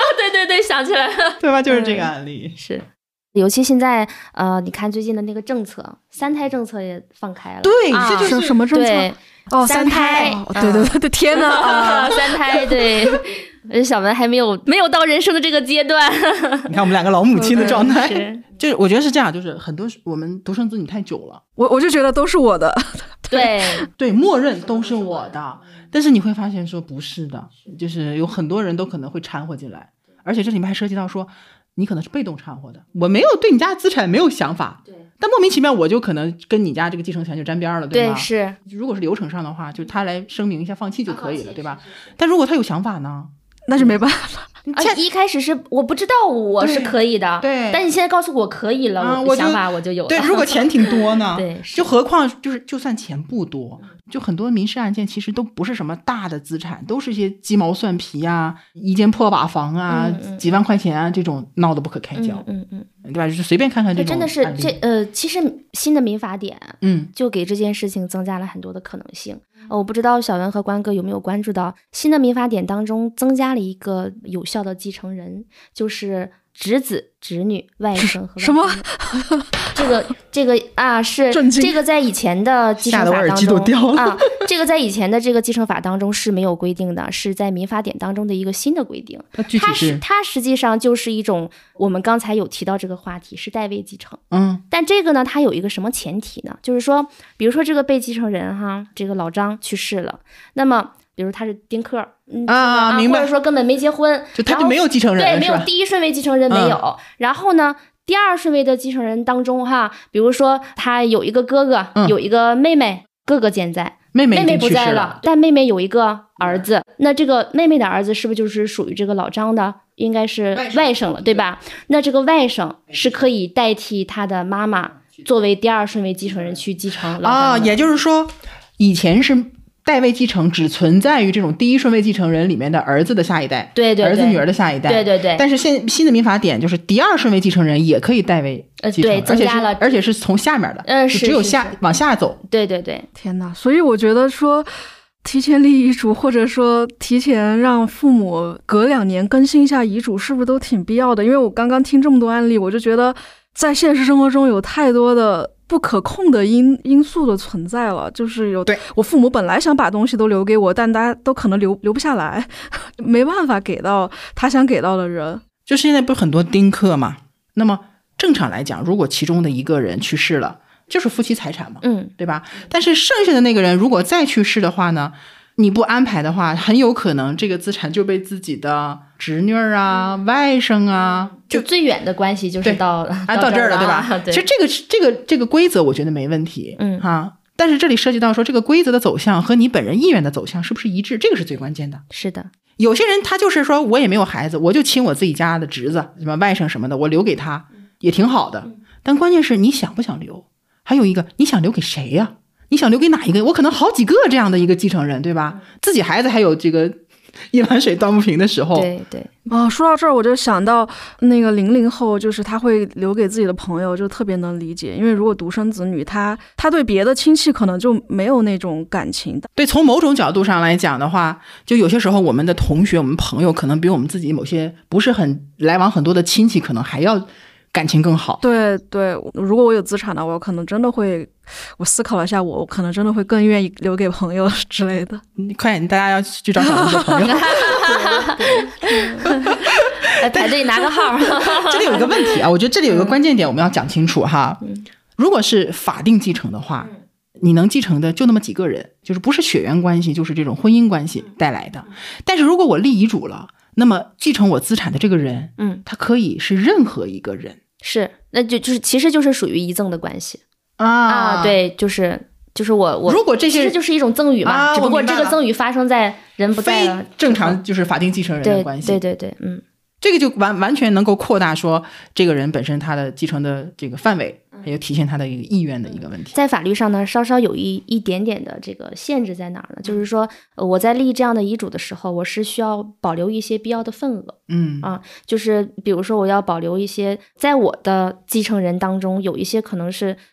想起来了， 对吧？就是这个案例。 是。尤其现在，你看最近的那个政策，3胎政策也放开了。 对， 这就是什么政策？ 对， 哦 ，3胎， 对，天哪 ，3胎，对，小文还没有到人生的这个阶段。 你看我们2个老母亲的状态， 是， 就是我觉得是这样，就是很多我们独生子女太久了， 我就觉得都是我的， 对， 默认都是我的，但是你会发现说不是的，就是有很多人都可能会掺和进来，而且这里面还涉及到说。你可能是被动掺和的，我没有对你家资产没有想法， 对， 但莫名其妙我就可能跟你家这个继承权就沾边了，对吧？ 对，是。 如果是流程上的话，就他来声明一下放弃就可以了，对吧？但如果他有想法呢， 那就没办法。 一开始是我不知道我是可以的， 对， 但你现在告诉我可以了，我想法我就有了。 对，如果钱挺多呢， 对， 就何况就算钱不多，就很多民事案件其实都不是什么大的资产，都是一些鸡毛蒜皮啊，一间破瓦房啊，几万块钱啊，这种闹得不可开交，对吧？就是随便看看这种案例。 真的是其实新的民法典，就给这件事情增加了很多的可能性。我不知道小文和关哥有没有关注到新的民法典当中增加了一个有效的继承人，就是侄子、侄女、外甥和什么？ 这个啊，是这个在以前的继承法当中啊，这个在以前的这个继承法当中是没有规定的，是在民法典当中的一个新的规定。它实际上就是一种我们刚才有提到这个话题是代位继承，但这个呢，它有一个什么前提呢？就是说，比如说这个被继承人哈，这个老张去世了，那么。比如他是丁克明白， 或者说根本没结婚， 就他就没有继承人， 对，没有第一顺位继承人没有。然后呢，第二顺位的继承人当中哈，比如说他有一个哥哥，有一个妹妹，哥哥健在，妹妹不在了，但妹妹有一个儿子，那这个妹妹的儿子是不是就是属于这个老张的？应该是外甥了，对吧？那这个外甥是可以代替他的妈妈作为第二顺位继承人去继承老张的。 也就是说，以前是。代位继承只存在于这种第一顺位继承人里面的儿子的下一代， 对， 儿子女儿的下一代， 对。 但是新的民法典就是第二顺位继承人也可以代位继承， 对，增加了， 而且是从下面的， 是只有往下走。 对。 天哪！所以我觉得说，提前立遗嘱，或者说提前让父母隔2年更新一下遗嘱，是不是都挺必要的？因为我刚刚听这么多案例，我就觉得在现实生活中有太多的。不可控的因素的存在了，就是对我父母本来想把东西都留给我，但大家都可能留不下来，没办法给到他想给到的人。 就现在不是很多丁克嘛？那么正常来讲，如果其中的一个人去世了，就是夫妻财产嘛，对吧？但是剩下的那个人如果再去世的话呢，你不安排的话，很有可能这个资产就被自己的侄女啊、外甥啊， 就最远的关系就是到这儿了，对吧？ 对， 其实这个规则我觉得没问题，但是这里涉及到说这个规则的走向和你本人意愿的走向是不是一致，这个是最关键的。 是的， 有些人他就是说我也没有孩子，我就亲我自己家的侄子、什么外甥什么的，我留给他也挺好的。但关键是你想不想留，还有一个你想留给谁呀？你想留给哪一个？我可能好几个这样的一个继承人，对吧？自己孩子还有这个一碗水端不平的时候。 对。 说到这儿我就想到那个00后，就是他会留给自己的朋友，就特别能理解。因为如果独生子女，他对别的亲戚可能就没有那种感情。 对，从某种角度上来讲的话，就有些时候我们的同学、我们朋友可能比我们自己某些不是很来往很多的亲戚可能还要感情更好。 对，如果我有资产的话，我可能真的会，我思考了一下，我可能真的会更愿意留给朋友之类的。 快点，大家要去找小文做朋友。 排队拿个号。 这里有一个问题啊，我觉得这里有一个关键点我们要讲清楚哈。如果是法定继承的话，你能继承的就那么几个人，就是不是血缘关系，就是这种婚姻关系带来的。但是如果我立遗嘱了，那么继承我资产的这个人，他可以是任何一个人。 是，那就是其实就是属于遗赠的关系啊。 对，就是我如果这些其实就是一种赠与嘛，只不过这个赠与发生在人不在了， 正常就是法定继承人的关系。 对， 这个就完全能够扩大说这个人本身他的继承的这个范围，还有体现他的一个意愿的一个问题。 在法律上呢，稍稍有一点点的这个限制在哪儿呢？就是说我在立这样的遗嘱的时候，我是需要保留一些必要的份额。就是比如说我要保留一些，在我的继承人当中有一些可能是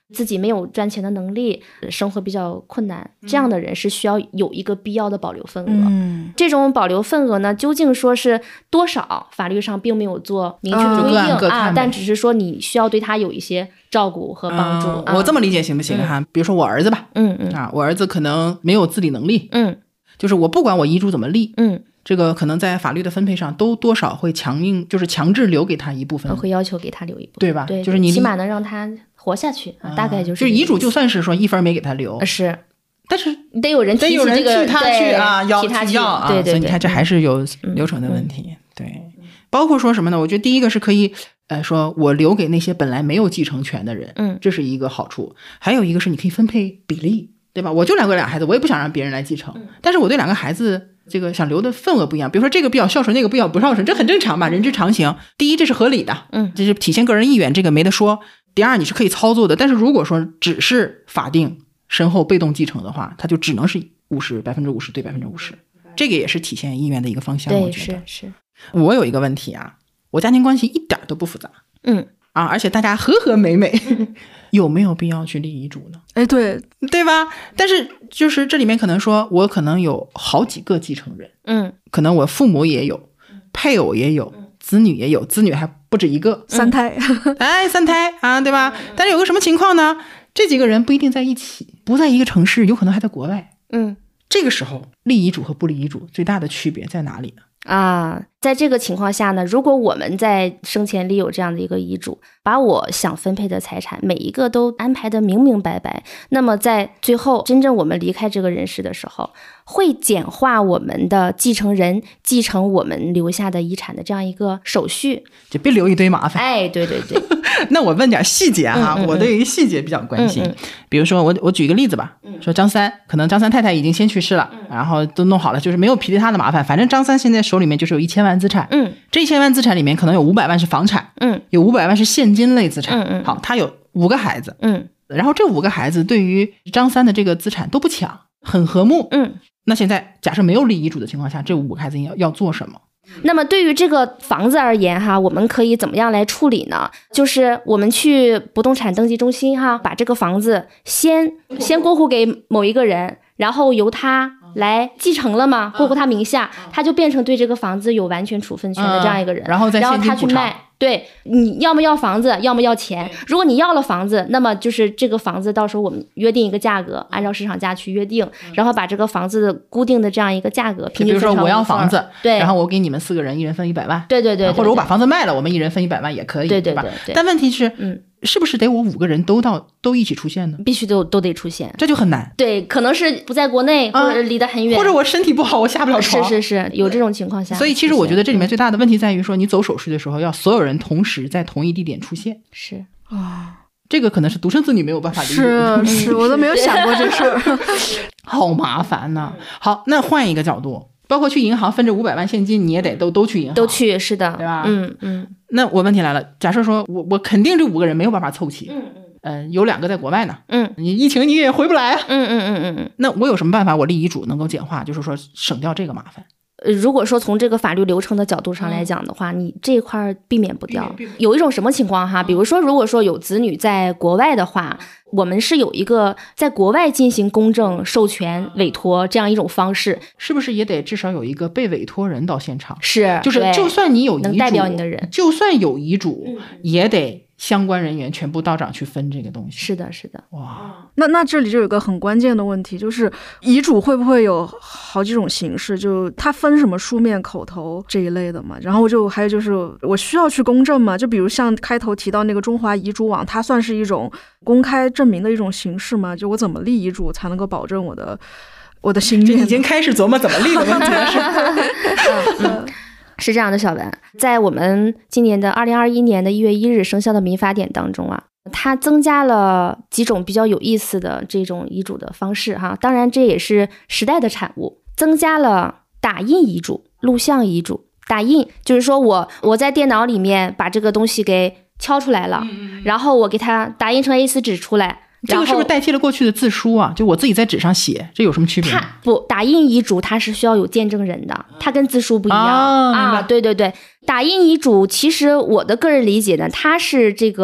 自己没有赚钱的能力，生活比较困难，这样的人是需要有一个必要的保留份额。这种保留份额呢，究竟说是多少，法律上并没有做明确的规定但只是说你需要对他有一些照顾和帮助。 我这么理解行不行哈？比如说我儿子吧，我儿子可能没有自理能力，就是我不管我遗嘱怎么立，这个可能在法律的分配上都多少会就是强制留给他一部分， 会要求给他留一部分， 对吧？ 对， 就是你起码能让他活下去，大概就是遗嘱就算是说一分没给他留， 是， 但是得有人替他去啊，要对， 所以你看这还是有流程的问题。对，包括说什么呢？我觉得第一个是可以说我留给那些本来没有继承权的人，这是一个好处。还有一个是你可以分配比例，对吧？我就两个孩子，我也不想让别人来继承，但是我对两个孩子这个想留的份额不一样，比如说这个比较孝顺，那个比较不孝顺，这很正常吧，人之常情。第一，这是合理的，这是体现个人意愿，这个没得说。第二，你是可以操作的，但是如果说只是法定身后被动继承的话，它就只能是50%对50%，这个也是体现意愿的一个方向。我觉得是。 我有一个问题啊，我家庭关系一点都不复杂，而且大家和和美美，有没有必要去立遗嘱呢？对吧？但是就是这里面可能说我可能有好几个继承人，可能我父母也有，配偶也有，子女也有，子女还不止一个， 三胎三胎啊，对吧？但是有个什么情况呢？这几个人不一定在一起，不在一个城市，有可能还在国外，这个时候立遗嘱和不立遗嘱最大的区别在哪里呢？ 在这个情况下呢，如果我们在生前立有这样的一个遗嘱，把我想分配的财产每一个都安排的明明白白，那么在最后真正我们离开这个人世的时候，会简化我们的继承人继承我们留下的遗产的这样一个手续， 就别留一堆麻烦。 对那我问点细节哈，我对于细节比较关心。比如说我举一个例子吧，说张三，可能张三太太已经先去世了，然后都弄好了，就是没有其他的麻烦，反正张三现在手里面就是有1000万资产，这1000万资产里面可能有500万是房产，有500万是现金类资产，好，他有5个孩子，然后这5个孩子对于张三的这个资产都不抢，很和睦，那现在假设没有立遗嘱的情况下，这5个孩子要做什么？ 那么对于这个房子而言哈，我们可以怎么样来处理呢？就是我们去不动产登记中心哈，把这个房子先过户给某一个人，然后由他来继承了嘛，过户他名下，他就变成对这个房子有完全处分权的这样一个人， 然后他去卖。对，你要么要房子，要么要钱。如果你要了房子，那么就是这个房子到时候我们约定一个价格，按照市场价去约定，然后把这个房子的固定的这样一个价格平均分成。 比如说我要房子， 对， 然后我给你们4个人一人分100万， 对， 或者我把房子卖了，我们一人分100万也可以， 对吧？ 但问题是，是不是得我5个人都一起出现呢？ 必须都得出现， 这就很难。 对，可能是不在国内，或者离得很远， 或者我身体不好，我下不了床。 是，有这种情况下。 所以其实我觉得这里面最大的问题在于说，你走手续的时候要所有人同时在同一地点出现。 是这个可能是独生子女没有办法理解。 是，我都没有想过这事儿， 好麻烦呐。好，那换一个角度。包括去银行分这500万现金，你也得都去银行， 都去，是的， 对吧？ 那我问题来了，假设说我肯定这5个人没有办法凑齐，有2个在国外呢，你疫情你也回不来啊，那我有什么办法我立遗嘱能够简化，就是说省掉这个麻烦？ 如果说从这个法律流程的角度上来讲的话，你这一块避免不掉。有一种什么情况哈？比如说，如果说有子女在国外的话，我们是有一个在国外进行公证、授权、委托这样一种方式， 是不是也得至少有一个被委托人到现场？ 是， 就是就算你有遗嘱， 能代表你的人， 就算有遗嘱，也得相关人员全部到场去分这个东西。 是的。 哇， 那这里就有一个很关键的问题，就是遗嘱会不会有好几种形式？就它分什么书面、口头这一类的嘛？然后还有就是我需要去公证嘛？就比如像开头提到那个中华遗嘱网，它算是一种公开证明的一种形式吗？就我怎么立遗嘱才能够保证我的心愿？ 已经开始琢磨怎么立的问题了， 是这样的，小文，在我们今年的2021年1月1日生效的民法典当中啊，它增加了几种比较有意思的这种遗嘱的方式哈，当然这也是时代的产物，增加了打印遗嘱、录像遗嘱。打印就是说我在电脑里面把这个东西给敲出来了，然后我给它打印成 A4 纸出来。 这个是不是代替了过去的字书啊？就我自己在纸上写，这有什么区别？ 不，打印遗嘱它是需要有见证人的，它跟字书不一样对。打印遗嘱其实我的个人理解呢，它是这个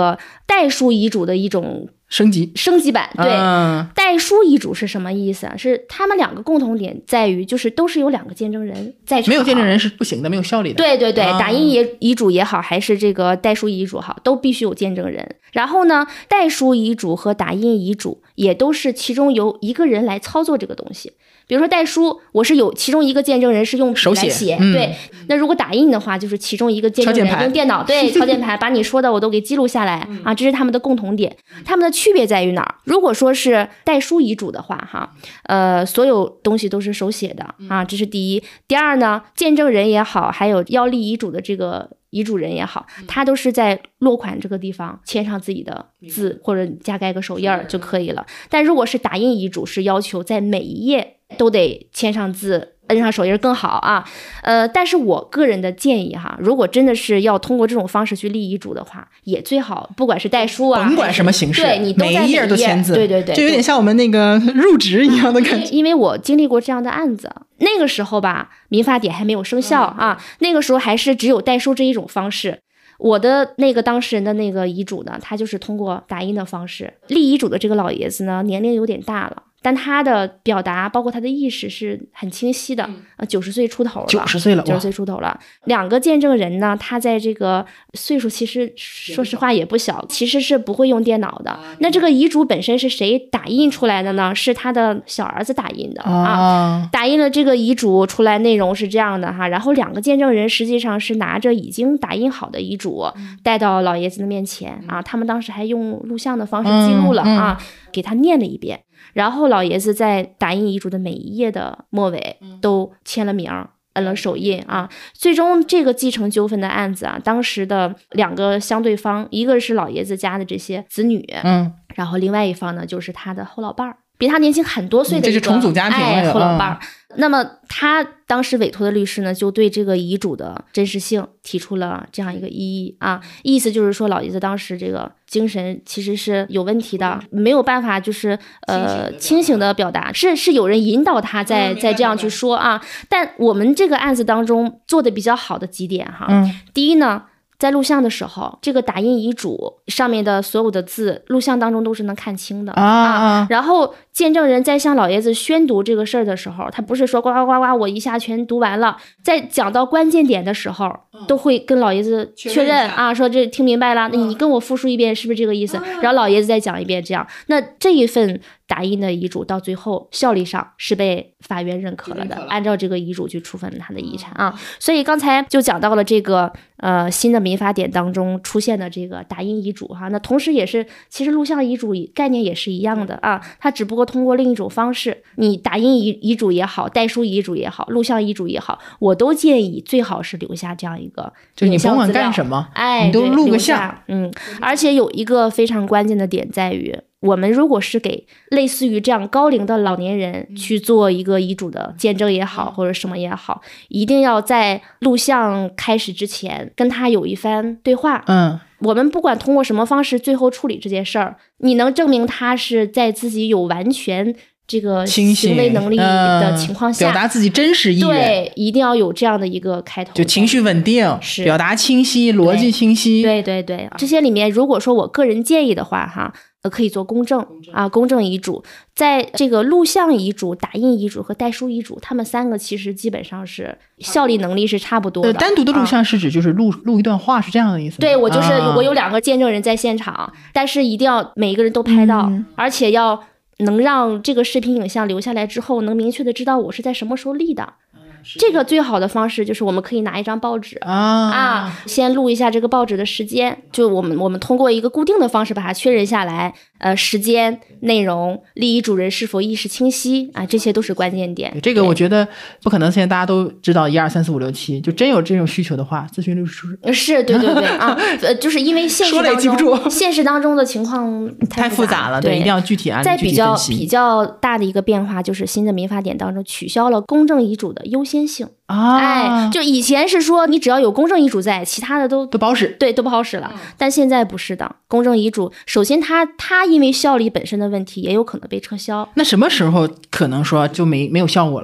代书遗嘱的一种升级版。对，代书遗嘱是什么意思啊？是他们两个共同点在于，就是都是有2个见证人在场， 没有见证人是不行的，没有效力的。 对对对，打印遗嘱也好，还是这个代书遗嘱好，都必须有见证人。然后呢，代书遗嘱和打印遗嘱也都是其中由一个人来操作这个东西。比如说代书，我是有其中一个见证人是用笔来写，对。那如果打印的话，就是其中一个见证人用电脑，对，敲键盘把你说的我都给记录下来啊，这是他们的共同点。他们的区别在于哪儿？如果说是代书遗嘱的话，哈，所有东西都是手写的啊，这是第一。第二呢，见证人也好，还有要立遗嘱的这个遗嘱人也好，他都是在落款这个地方签上自己的字，或者加盖个手印就可以了。但如果是打印遗嘱，是要求在每一页都得签上字，摁上手印更好啊。但是我个人的建议哈，如果真的是要通过这种方式去立遗嘱的话，也最好不管是代书啊， 甭管什么形式， 对，你都在每一页都签字， 对对对， 就有点像我们那个入职一样的感觉。 因为我经历过这样的案子，那个时候吧，民法典还没有生效啊，那个时候还是只有代书这一种方式。我的那个当事人的那个遗嘱呢，他就是通过打印的方式。立遗嘱的这个老爷子呢，年龄有点大了，但他的表达包括他的意识是很清晰的，90岁出头了，90岁出头了。2个见证人呢，他在这个岁数其实说实话也不小，其实是不会用电脑的。那这个遗嘱本身是谁打印出来的呢？是他的小儿子打印的啊，打印了这个遗嘱出来，内容是这样的哈。然后2个见证人实际上是拿着已经打印好的遗嘱带到老爷子的面前啊，他们当时还用录像的方式记录了啊，给他念了一遍。然后老爷子在打印遗嘱的每一页的末尾都签了名，摁了手印啊。最终这个继承纠纷的案子啊，当时的2个相对方，一个是老爷子家的这些子女，然后另外一方呢就是他的后老伴儿，比他年轻很多岁的一个， 这是重组家庭后老伴儿。那么他当时委托的律师呢，就对这个遗嘱的真实性提出了这样一个异议啊，意思就是说老爷子当时这个精神其实是有问题的，没有办法就是清醒的表达，是有人引导他再这样去说啊。但我们这个案子当中做的比较好的几点哈，第一呢，在录像的时候，这个打印遗嘱上面的所有的字，录像当中都是能看清的啊。然后见证人在向老爷子宣读这个事儿的时候，他不是说呱呱呱呱我一下全读完了，在讲到关键点的时候，都会跟老爷子确认啊，说这听明白了，那你跟我复述一遍是不是这个意思？然后老爷子再讲一遍，这样，那这一份打印的遗嘱到最后效力上是被法院认可了的，按照这个遗嘱去处分他的遗产啊。所以刚才就讲到了这个新的民法典当中出现的这个打印遗嘱哈，那同时也是其实录像遗嘱概念也是一样的啊，它只不过通过另一种方式，你打印遗嘱也好，代书遗嘱也好，录像遗嘱也好，我都建议最好是留下这样一个就你甭管干什么， 哎， 你都录个像。 而且有一个非常关键的点在于，我们如果是给类似于这样高龄的老年人去做一个遗嘱的见证也好，或者什么也好，一定要在录像开始之前跟他有一番对话。我们不管通过什么方式最后处理这件事儿，你能证明他是在自己有完全这个行为能力的情况下， 表达自己真实意愿， 对，一定要有这样的一个开头， 就情绪稳定，表达清晰，逻辑清晰。 对对对，这些里面如果说我个人建议的话哈，可以做公证啊，公证遗嘱。在这个录像遗嘱、打印遗嘱和代书遗嘱，他们3个其实基本上是效力能力是差不多的。 单独的录像是指就是录一段话，是这样的意思吗？ 对，我就是我有2个见证人在现场，但是一定要每一个人都拍到，而且要能让这个视频影像留下来之后，能明确的知道我是在什么时候立的。这个最好的方式就是我们可以拿一张报纸先录一下这个报纸的时间，就我们通过一个固定的方式把它确认下来，时间、内容、立遗嘱人是否意识清晰啊，这些都是关键点。 这个我觉得不可能，现在大家都知道1、2、3、4、5、6、7，就真有这种需求的话，咨询律师。 是，对对对啊，就是因为现实当中的情况太复杂了，对，一定要具体案例再具体分析。 比较大的一个变化就是新的民法典当中取消了公证遗嘱的优先性哎，就以前是说你只要有公证遗嘱在，其他的都不好使， 对，都不好使了。但现在不是的，公证遗嘱首先它因为效力本身的问题，也有可能被撤销。 那什么时候可能说就没有效果了呢？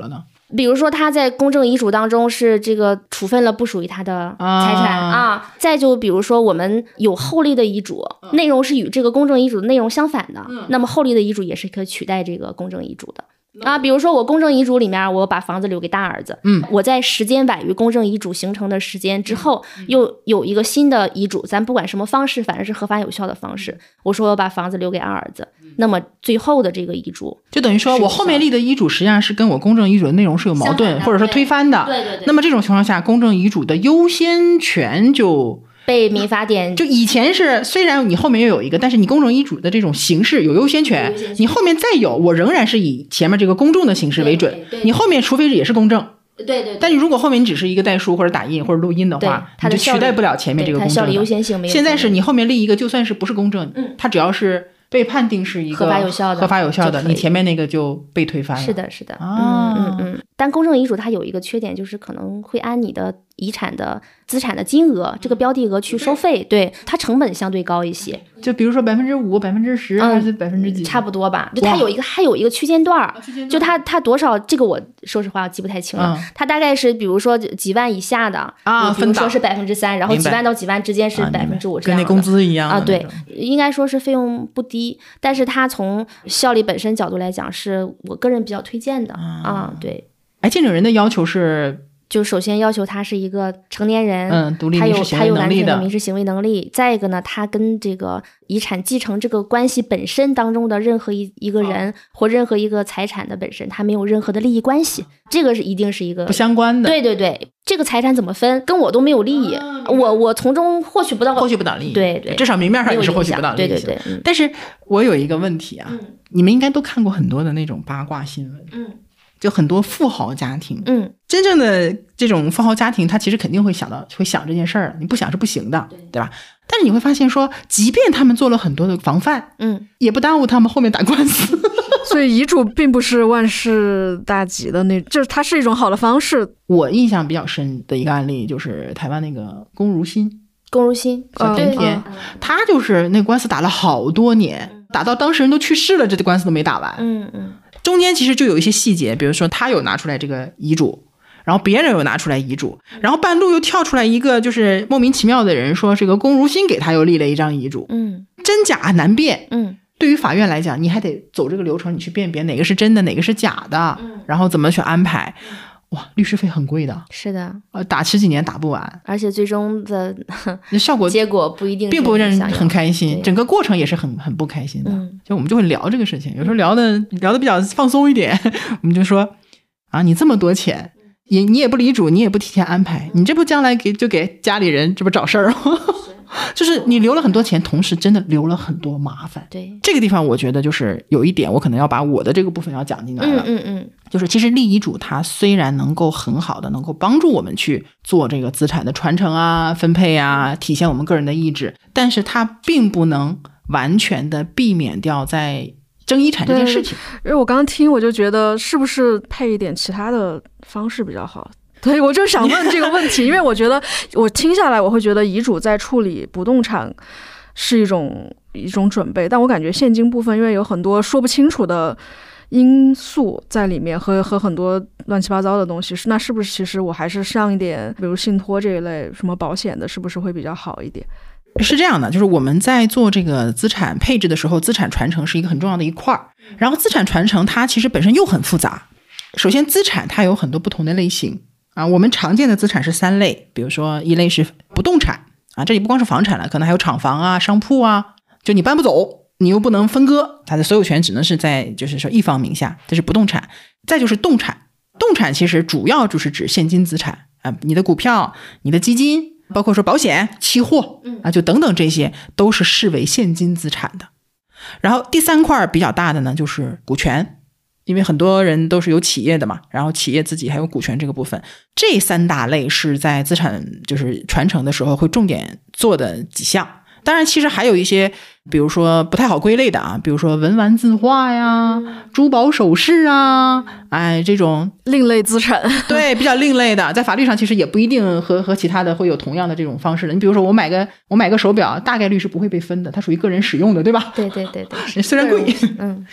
比如说他在公证遗嘱当中是这个处分了不属于他的财产啊，再就比如说我们有后立的遗嘱，内容是与这个公证遗嘱的内容相反的，那么后立的遗嘱也是可以取代这个公证遗嘱的。啊，比如说我公证遗嘱里面，我把房子留给大儿子，我在时间晚于公证遗嘱形成的时间之后，又有一个新的遗嘱，咱不管什么方式，反正是合法有效的方式，我说我把房子留给二儿子，那么最后的这个遗嘱就等于说我后面立的遗嘱实际上是跟我公证遗嘱的内容是有矛盾或者说推翻的， 对。 那么这种情况下，公证遗嘱的优先权就被民法典就以前是虽然你后面又有一个，但是你公证遗嘱的这种形式有优先权，你后面再有，我仍然是以前面这个公证的形式为准，你后面除非也是公证。 对， 但你如果后面你只是一个代书或者打印或者录音的话，你就取代不了前面这个公证的。 效力优先性没有。 现在是你后面立一个，就算是不是公证，它只要是被判定是一个合法有效的， 你前面那个就被推翻了。 是的。但公证遗嘱它有一个缺点，就是可能会按你的遗产的资产的金额这个标的额去收费，对它成本相对高一些。 就比如说5%、10%还是几？ 差不多吧。就它还有一个区间段，就它多少，这个我说实话我记不太清了。它大概是比如说几万以下的比如说是3%，然后几万到几万之间是5%这样的， 跟那工资一样啊。对，应该说是费用不低，但是它从效力本身角度来讲，是我个人比较推荐的啊。对。 见证人的要求是， 就首先要求他是一个成年人， 独立民事行为能力的， 他有完全的民事行为能力。再一个呢，他跟这个遗产继承这个关系本身当中的任何一个人或任何一个财产的本身，他没有任何的利益关系，这个是一定是一个不相关的。 对，这个财产怎么分，跟我都没有利益，我从中获取不到利益。对， 至少明面上也是获取不到利益。 对。 但是我有一个问题啊，你们应该都看过很多的那种八卦新闻，就很多富豪家庭，真正的这种富豪家庭，他其实肯定会想这件事儿，你不想是不行的，对吧？但是你会发现说，即便他们做了很多的防范，也不耽误他们后面打官司。 所以遗嘱并不是万事大吉的就是它是一种好的方式。 我印象比较深的一个案例就是台湾那个龚如心小甜甜，他就是那官司打了好多年，打到当事人都去世了，这官司都没打完。中间其实就有一些细节，比如说他有拿出来这个遗嘱，然后别人有拿出来遗嘱，然后半路又跳出来一个就是莫名其妙的人说这个龚如心给他又立了一张遗嘱，真假难辨。对于法院来讲，你还得走这个流程，你去辨别哪个是真的哪个是假的，然后怎么去安排。哇，律师费很贵的。 是的， 打10几年打不完， 而且最终的效果结果不一定， 并不让人很开心，整个过程也是很不开心的。就我们就会聊这个事情，有时候聊的比较放松一点，我们就说啊，你这么多钱，你也不离主，你也不提前安排，你这不将来就给家里人这不找事儿吗？就是你留了很多钱，同时真的留了很多麻烦。 对， 这个地方我觉得就是有一点，我可能要把我的这个部分要讲进来了。就是其实立遗嘱它虽然能够很好的能够帮助我们去做这个资产的传承啊、分配啊，体现我们个人的意志，但是它并不能完全的避免掉在争遗产这件事情。 因为我刚刚听我就觉得是不是配一点其他的方式比较好。对，我就想问这个问题，因为我觉得我听下来我会觉得遗嘱在处理不动产是一种准备，但我感觉现金部分因为有很多说不清楚的因素在里面和很多乱七八糟的东西，那是不是其实我还是上一点比如信托这一类什么保险的，是不是会比较好一点？ 是这样的，就是我们在做这个资产配置的时候，资产传承是一个很重要的一块，然后资产传承它其实本身又很复杂。首先资产它有很多不同的类型啊，我们常见的资产是3类，比如说一类是不动产啊，这里不光是房产了，可能还有厂房啊、商铺啊，就你搬不走，你又不能分割，它的所有权只能是在就是说一方名下，这是不动产。再就是动产，动产其实主要就是指现金资产啊，你的股票、你的基金，包括说保险、期货啊，就等等，这些都是视为现金资产的。然后第3块比较大的呢，就是股权。因为很多人都是有企业的嘛，然后企业自己还有股权这个部分，这3大类是在资产就是传承的时候会重点做的几项。当然其实还有一些比如说不太好归类的啊，比如说文玩字画呀、珠宝首饰啊，这种另类资产。 对，比较另类的，在法律上其实也不一定和其他的会有同样的这种方式的。你比如说我买个手表，大概率是不会被分的，它属于个人使用的，对吧？ 对， 虽然贵。 对。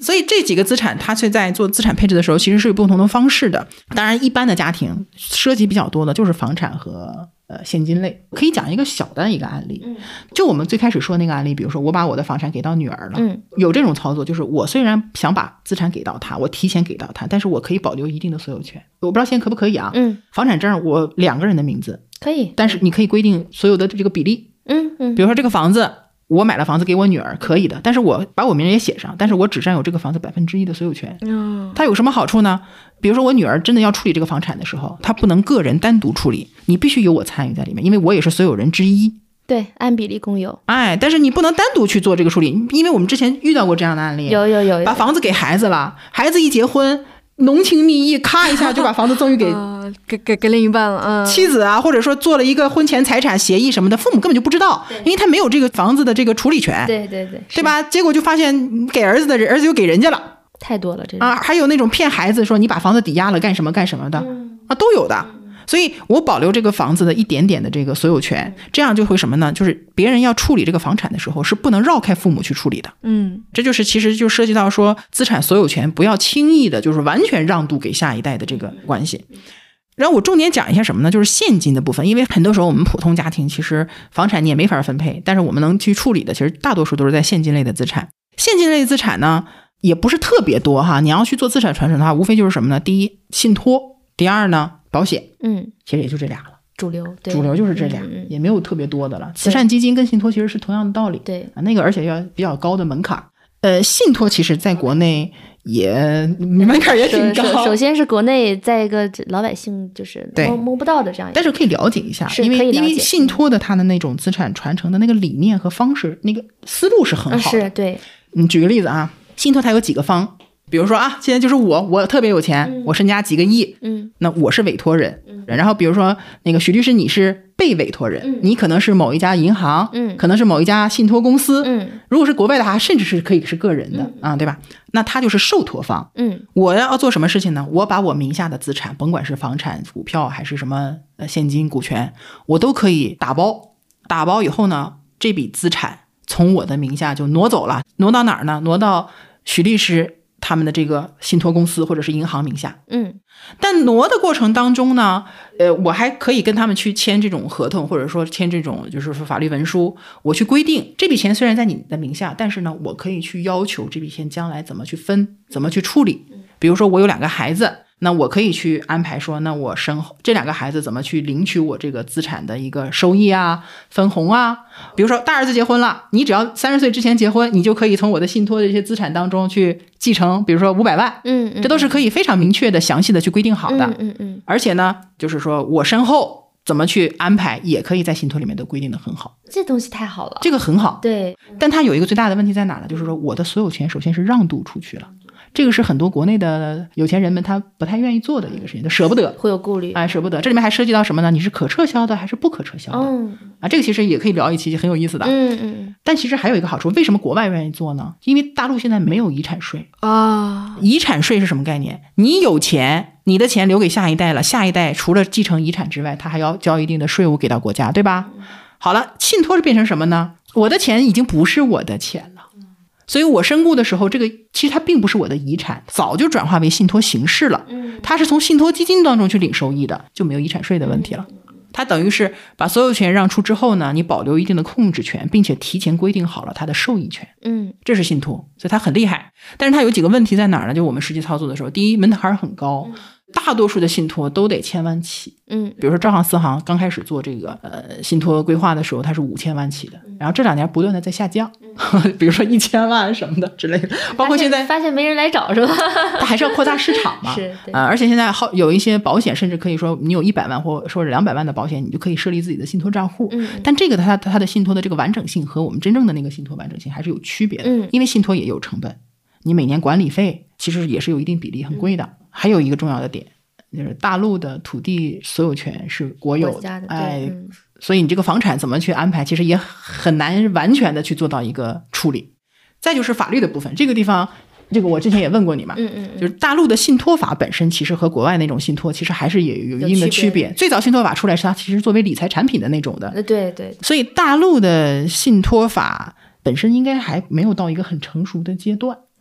所以这几个资产它是在做资产配置的时候其实是有不同的方式的。当然一般的家庭涉及比较多的就是房产和现金类。可以讲一个小的一个案例，就我们最开始说那个案例，比如说我把我的房产给到女儿了，有这种操作，就是我虽然想把资产给到她，我提前给到她，但是我可以保留一定的所有权。我不知道现在可不可以啊？房产证我2个人的名字可以， 但是你可以规定所有的这个比例。比如说这个房子我买了房子给我女儿可以的，但是我把我名人也写上，但是我只占有这个房子1%的所有权。它有什么好处呢？比如说我女儿真的要处理这个房产的时候，她不能个人单独处理，你必须有我参与在里面，因为我也是所有人之一。 对，按比例共有。 但是你不能单独去做这个处理，因为我们之前遇到过这样的案例， 有把房子给孩子了，孩子一结婚浓情蜜意，咔一下就把房子赠予给另一半了， 妻子啊，或者说做了一个婚前财产协议什么的，父母根本就不知道，因为他没有这个房子的这个处理权，对吧？结果就发现给儿子的儿子又给人家了， 太多了这种还有那种骗孩子说你把房子抵押了干什么干什么的，都有的。所以我保留这个房子的一点点的这个所有权，这样就会什么呢？就是别人要处理这个房产的时候是不能绕开父母去处理的。这就是其实就涉及到说资产所有权不要轻易的就是完全让渡给下一代的这个关系。然后我重点讲一下什么呢？就是现金的部分，因为很多时候我们普通家庭其实房产你也没法分配，但是我们能去处理的其实大多数都是在现金类的资产。现金类的资产呢也不是特别多哈，你要去做资产传承的话，无非就是什么呢？第一，信托；第二呢，保险。其实也就这俩了，主流就是这俩，也没有特别多的了。慈善基金跟信托其实是同样的道理， 对那个而且要比较高的门槛。信托其实在国内也门槛也挺高， 首先是国内，再一个老百姓就是摸不到的这样一个， 但是可以了解一下，因为信托的它的那种资产传承的那个理念和方式，那个思路是很好的。 是对。 举个例子啊，信托它有几个方，比如说啊，现在就是我特别有钱，我身家几个亿，那我是委托人，然后比如说那个许律师你是被委托人，你可能是某一家银行，可能是某一家信托公司，如果是国外的话，甚至是可以是个人的，对吧？那他就是受托方，我要做什么事情呢？我把我名下的资产，甭管是房产、股票还是什么现金、股权，我都可以打包以后呢，这笔资产从我的名下就挪走了，挪到哪儿呢？挪到许律师他们的这个信托公司或者是银行名下。但挪的过程当中呢，我还可以跟他们去签这种合同，或者说签这种就是说法律文书，我去规定这笔钱虽然在你的名下，但是呢，我可以去要求这笔钱将来怎么去分，怎么去处理。比如说我有2个孩子，那我可以去安排说，那我身后这2个孩子怎么去领取我这个资产的一个收益啊、分红啊。比如说大儿子结婚了，你只要30岁之前结婚，你就可以从我的信托的这些资产当中去继承，比如说500万，这都是可以非常明确的、详细的去规定好的。而且呢，就是说我身后怎么去安排，也可以在信托里面都规定的很好。 这东西太好了， 这个很好。 对， 但它有一个最大的问题在哪呢？就是说我的所有权首先是让渡出去了。这个是很多国内的有钱人们他不太愿意做的一个事情，他舍不得， 会有顾虑， 舍不得。这里面还涉及到什么呢？你是可撤销的还是不可撤销的？这个其实也可以聊一期，很有意思的。但其实还有一个好处，为什么国外愿意做呢？因为大陆现在没有遗产税啊。遗产税是什么概念？你有钱，你的钱留给下一代了，下一代除了继承遗产之外，他还要交一定的税务给到国家，对吧？好了，信托是变成什么呢？我的钱已经不是我的钱了。所以我身故的时候，这个其实它并不是我的遗产，早就转化为信托形式了。它是从信托基金当中去领收益的，就没有遗产税的问题了。它等于是把所有权让出之后呢，你保留一定的控制权，并且提前规定好了它的受益权。这是信托，所以它很厉害。但是它有几个问题在哪儿呢？就我们实际操作的时候，第一，门槛很高。大多数的信托都得1000万起，比如说招行、四行刚开始做这个信托规划的时候，它是5000万起的，然后这2年不断的在下降，比如说1000万什么的之类的，包括现在发现没人来找是吧？ 它还是要扩大市场嘛，而且现在有一些保险，甚至可以说你有100万或说是200万的保险，你就可以设立自己的信托账户。但这个它的信托的这个完整性和我们真正的那个信托完整性还是有区别的，因为信托也有成本，你每年管理费其实也是有一定比例，很贵的。还有一个重要的点，就是大陆的土地所有权是国有的，所以你这个房产怎么去安排，其实也很难完全的去做到一个处理。再就是法律的部分，这个地方，这个我之前也问过你嘛，就是大陆的信托法本身其实和国外那种信托其实还是也有一定的区别。最早信托法出来是它其实作为理财产品的那种的， 对， 所以大陆的信托法本身应该还没有到一个很成熟的阶段。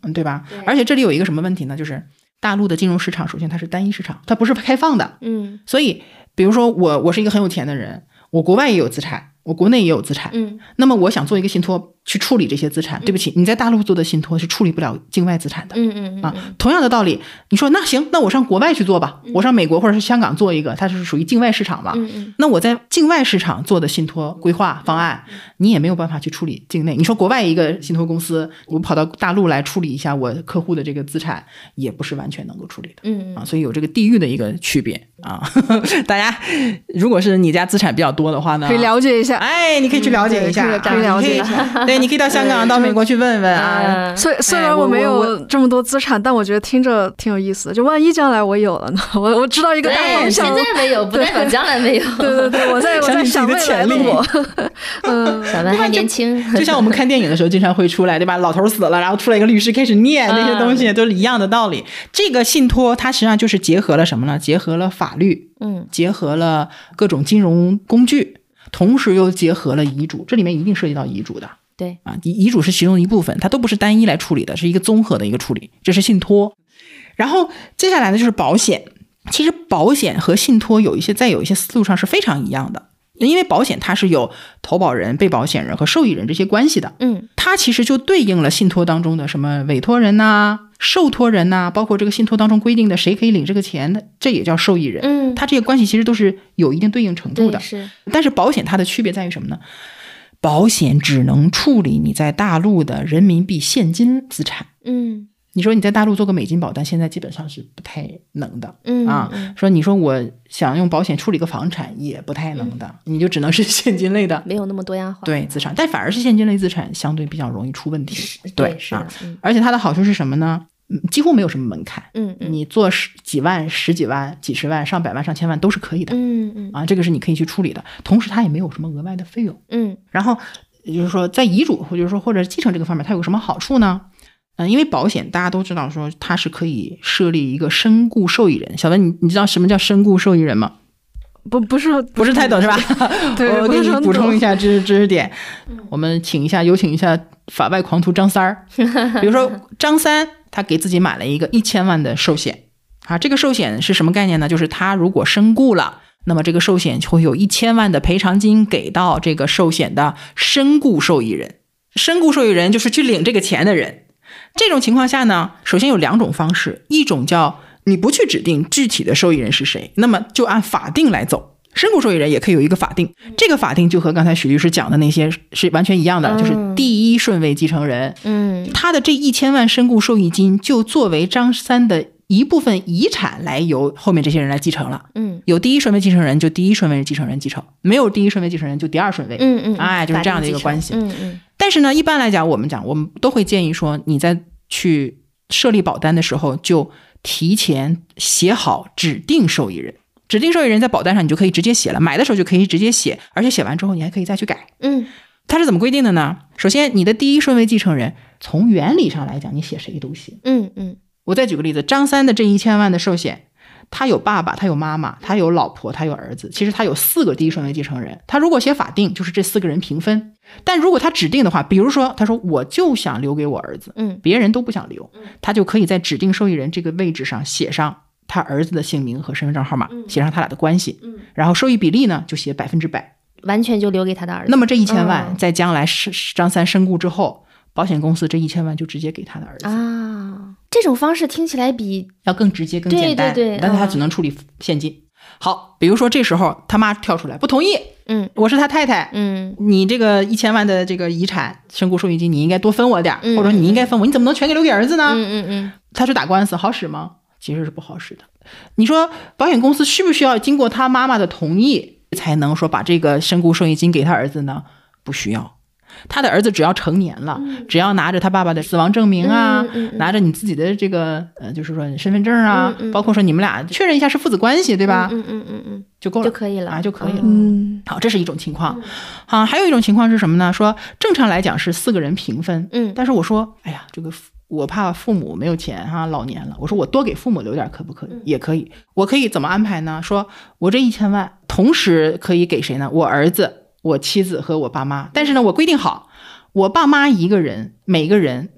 对吧？而且这里有一个什么问题呢？就是大陆的金融市场，首先它是单一市场，它不是开放的。所以比如说我是一个很有钱的人，我国外也有资产，我国内也有资产，那么我想做一个信托去处理这些资产，对不起，你在大陆做的信托是处理不了境外资产的。同样的道理，你说那行，那我上国外去做吧，我上美国或者是香港做一个，它是属于境外市场嘛，那我在境外市场做的信托规划方案，你也没有办法去处理境内。你说国外一个信托公司，我跑到大陆来处理一下我客户的这个资产，也不是完全能够处理的。所以有这个地域的一个区别啊。大家如果是你家资产比较多的话呢， 可以了解一下。 你可以去了解一下， 可以了解一下。 对，你可以到香港、到美国去问问啊。 虽然我没有这么多资产，但我觉得听着挺有意思的。就万一将来我有了呢？我知道一个大方向。 现在没有，不代表将来没有。 对，我在想未来的我。 小文还年轻， 就像我们看电影的时候，经常会出来，对吧？老头死了，然后出来一个律师开始念那些东西，都是一样的道理。这个信托它实际上就是结合了什么呢？结合了法律，结合了各种金融工具。同时又结合了遗嘱，这里面一定涉及到遗嘱的。 对啊，遗嘱是其中一部分，它都不是单一来处理的，是一个综合的一个处理，这是信托。然后接下来呢就是保险。其实保险和信托在有一些思路上是非常一样的，因为保险它是有投保人、被保险人和受益人这些关系的。它其实就对应了信托当中的什么委托人呐、受托人呐，包括这个信托当中规定的谁可以领这个钱的，这也叫受益人。它这些关系其实都是有一定对应程度的。但是保险它的区别在于什么呢？保险只能处理你在大陆的人民币现金资产。你说你在大陆做个美金保单，现在基本上是不太能的。说你说我想用保险处理个房产也不太能的，你就只能是现金类的， 没有那么多样化。 对资产，但反而是现金类资产相对比较容易出问题。对，是而且它的好处是什么呢？几乎没有什么门槛。你做几万、十几万、几十万、上百万、上千万都是可以的。这个是你可以去处理的，同时它也没有什么额外的费用。然后也就是说，在遗嘱或者继承这个方面，它有个什么好处呢？因为保险大家都知道说它是可以设立一个身故受益人。小文，你知道什么叫身故受益人吗？ 不是太懂是吧？ 对， 我给你补充一下知识点。我们有请一下法外狂徒张三儿。比如说张三他给自己买了一个1000万的寿险啊，这个寿险是什么概念呢？就是他如果身故了，那么这个寿险会有1000万的赔偿金给到这个寿险的身故受益人。身故受益人就是去领这个钱的人。这种情况下呢，首先有2种方式，一种叫你不去指定具体的受益人是谁，那么就按法定来走。身故受益人也可以有一个法定，这个法定就和刚才许律师讲的那些是完全一样的，就是第一顺位继承人。他的这1000万身故受益金就作为张三的一部分遗产来由后面这些人来继承了。有第一顺位继承人就第一顺位继承人继承，没有第一顺位继承人就第二顺位。就是这样的一个关系。但是呢，一般来讲我们都会建议说，你在去设立保单的时候就提前写好指定受益人。指定受益人在保单上你就可以直接写了，买的时候就可以直接写，而且写完之后你还可以再去改。它是怎么规定的呢？首先你的第一顺位继承人从原理上来讲你写谁都行。我再举个例子，张三的这1000万的寿险，他有爸爸，他有妈妈，他有老婆，他有儿子，其实他有4个第一顺位继承人。他如果写法定，就是这4个人平分。但如果他指定的话，比如说他说我就想留给我儿子，别人都不想留，他就可以在指定受益人这个位置上写上他儿子的姓名和身份证号码，写上他俩的关系，然后收益比例呢就写100%， 完全就留给他的儿子。 那么这1000万在将来张三身故之后，保险公司这1000万就直接给他的儿子啊。这种方式听起来比要更直接更简单。 对， 但是他只能处理现金。好，比如说这时候他妈跳出来不同意，我是他太太，你这个1000万的这个遗产身故受益金你应该多分我点，或者你应该分我，你怎么能全给留给儿子呢？他去打官司好使吗？其实是不好使的。你说保险公司需不需要经过他妈妈的同意才能说把这个身故受益金给他儿子呢？不需要。他的儿子只要成年了，只要拿着他爸爸的死亡证明啊，拿着你自己的这个就是说身份证啊，包括说你们俩确认一下是父子关系，对吧？就够了， 就可以了啊，就可以了。好，这是一种情况。好，还有一种情况是什么呢？说正常来讲是4个人平分，但是我说，哎呀，这个我怕父母没有钱哈，老年了，我说我多给父母留点可不可以？也可以。我可以怎么安排呢？说我这1000万同时可以给谁呢？我儿子、我妻子和我爸妈，但是呢我规定好，我爸妈一个人每个人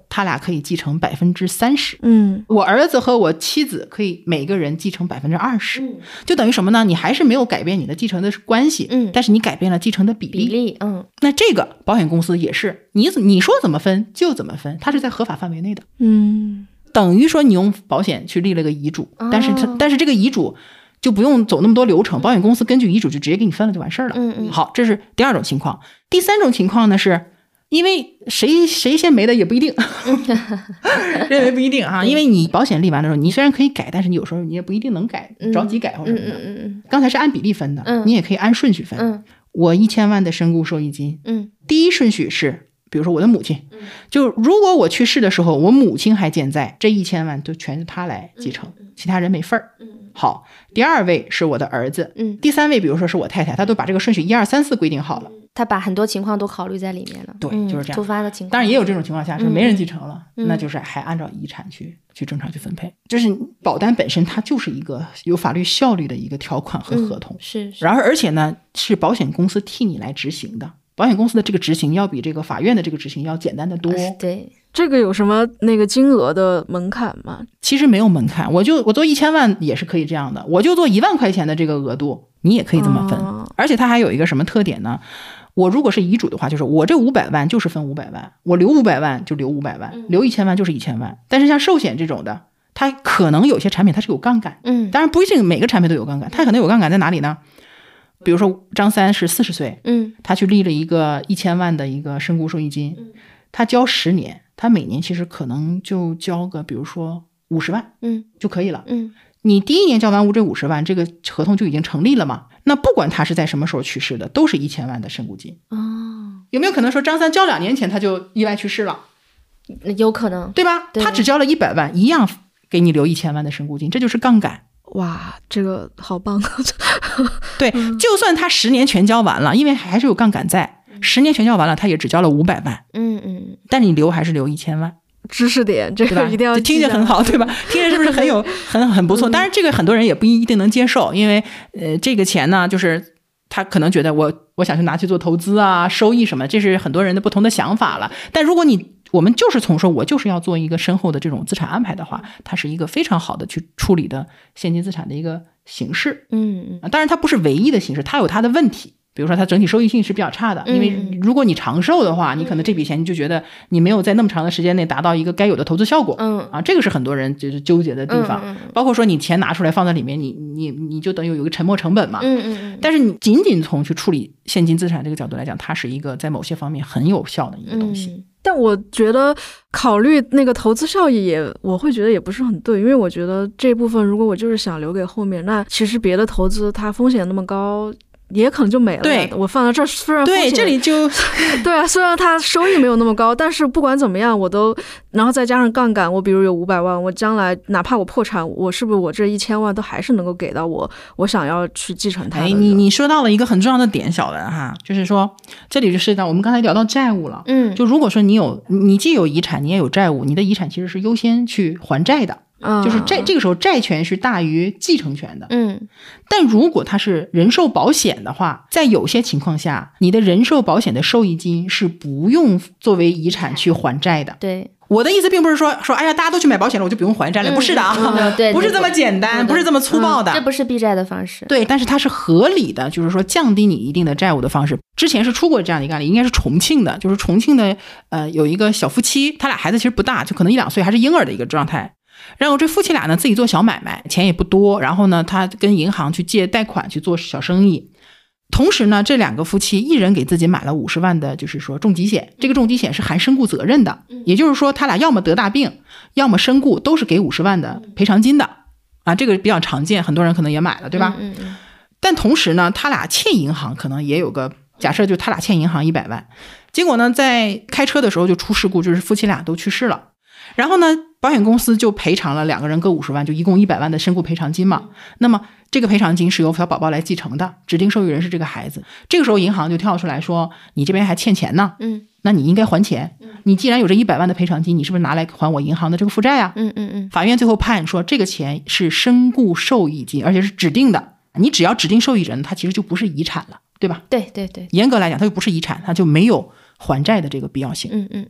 他俩可以继承30%。我儿子和我妻子可以每个人继承20%。就等于什么呢？你还是没有改变你的继承的关系，但是你改变了继承的比例。那这个保险公司也是，你说怎么分就怎么分，它是在合法范围内的。等于说你用保险去立了个遗嘱，但是这个遗嘱就不用走那么多流程，保险公司根据遗嘱就直接给你分了就完事儿了。好，这是第二种情况。第三种情况呢，是因为谁先没的也不一定，认为不一定啊。因为你保险立完的时候，你虽然可以改，但是你有时候你也不一定能改，着急改或者什么的。刚才是按比例分的，你也可以按顺序分。我1000万的身故受益金，第一顺序是，比如说我的母亲，就如果我去世的时候，我母亲还健在，这1000万就全是他来继承，其他人没份儿。好，第二位是我的儿子，第三位比如说是我太太，他都把这个顺序1、2、3、4规定好了， 他把很多情况都考虑在里面了。 对，就是这样。 突发的情况， 当然也有这种情况下是没人继承了，那就是还按照遗产去正常去分配。就是保单本身它就是一个有法律效力的一个条款和合同， 是。 然后而且呢是保险公司替你来执行的，保险公司的这个执行要比这个法院的这个执行要简单的多。 对。 这个有什么那个金额的门槛吗？ 其实没有门槛，我做1000万也是可以这样的，我就做1万块钱的这个额度，你也可以这么分。而且它还有一个什么特点呢？我如果是遗嘱的话，就是我这500万就是分500万，我留500万就留500万，留1000万就是1000万。但是像寿险这种的，它可能有些产品它是有杠杆，当然不一定每个产品都有杠杆，它可能有杠杆在哪里呢？比如说张三是40岁，他去立了一个1000万的一个身故受益金，他交10年，他每年其实可能就交个比如说50万，就可以了。你第一年交完这50万，这个合同就已经成立了嘛？那不管他是在什么时候去世的，都是1000万的身故金。有没有可能说张三交2年前他就意外去世了？ 有可能， 对吧？他只交了100万，一样给你留1000万的身故金，这就是杠杆。 哇，这个好棒！ 对，就算他10年全交完了，因为还是有杠杆在，10年全交完了，他也只交了500万。但你留还是留1000万。 知识点，这个一定要听着很好，对吧？听着是不是很不错？当然，这个很多人也不一定能接受，因为这个钱呢，就是他可能觉得我想去拿去做投资啊，收益什么，这是很多人的不同的想法了。但如果我们就是从说我就是要做一个深厚的这种资产安排的话，它是一个非常好的去处理的现金资产的一个形式。当然它不是唯一的形式，它有它的问题。比如说它整体收益性是比较差的，因为如果你长寿的话，你可能这笔钱你就觉得你没有在那么长的时间内达到一个该有的投资效果。这个是很多人就是纠结的地方。包括说你钱拿出来放在里面，你就等于有一个沉没成本嘛。但是你仅仅从去处理现金资产这个角度来讲，它是一个在某些方面很有效的一个东西。 但我觉得考虑那个投资效益我会觉得也不是很对，因为我觉得这部分如果我就是想留给后面，那其实别的投资它风险那么高，也可能就没了。 对， 我放在这儿，虽然对这里就对啊，虽然它收益没有那么高，但是不管怎么样，我都然后再加上杠杆，我比如有500万，我将来哪怕我破产，我是不是我这1000万都还是能够给到我想要去继承它的？ 你说到了一个很重要的点，小文哈，就是说这里就涉及到我们刚才聊到债务了。就如果说你既有遗产，你也有债务，你的遗产其实是优先去还债的。就是这个时候债权是大于继承权的。但如果它是人寿保险的话，在有些情况下，你的人寿保险的受益金是不用作为遗产去还债的。 对， 我的意思并不是说哎呀大家都去买保险了我就不用还债了，不是的啊。 对， 不是这么简单，不是这么粗暴的。 这不是避债的方式。 对，但是它是合理的，就是说降低你一定的债务的方式。之前是出过这样的一个案例，应该是重庆的，就是重庆的有一个小夫妻，他俩孩子其实不大，就可能1、2岁，还是婴儿的一个状态。然后这夫妻俩呢自己做小买卖，钱也不多，然后呢他跟银行去借贷款去做小生意。同时呢这2个夫妻一人给自己买了50万的就是说重疾险，这个重疾险是含身故责任的，也就是说他俩要么得大病要么身故都是给50万的赔偿金的啊，这个比较常见，很多人可能也买了，对吧？但同时呢他俩欠银行可能也有个假设，就他俩欠银行100万，结果呢在开车的时候就出事故，就是夫妻俩都去世了。然后呢保险公司就赔偿了2个人各50万，就一共100万的身故赔偿金嘛。那么这个赔偿金是由小宝宝来继承的，指定受益人是这个孩子。这个时候银行就跳出来说你这边还欠钱呢，那你应该还钱。你既然有这100万的赔偿金，你是不是拿来还我银行的这个负债啊？法院最后判说这个钱是身故受益金，而且是指定的，你只要指定受益人，它其实就不是遗产了，对吧？ 对对对， 严格来讲它就不是遗产，它就没有还债的这个必要性。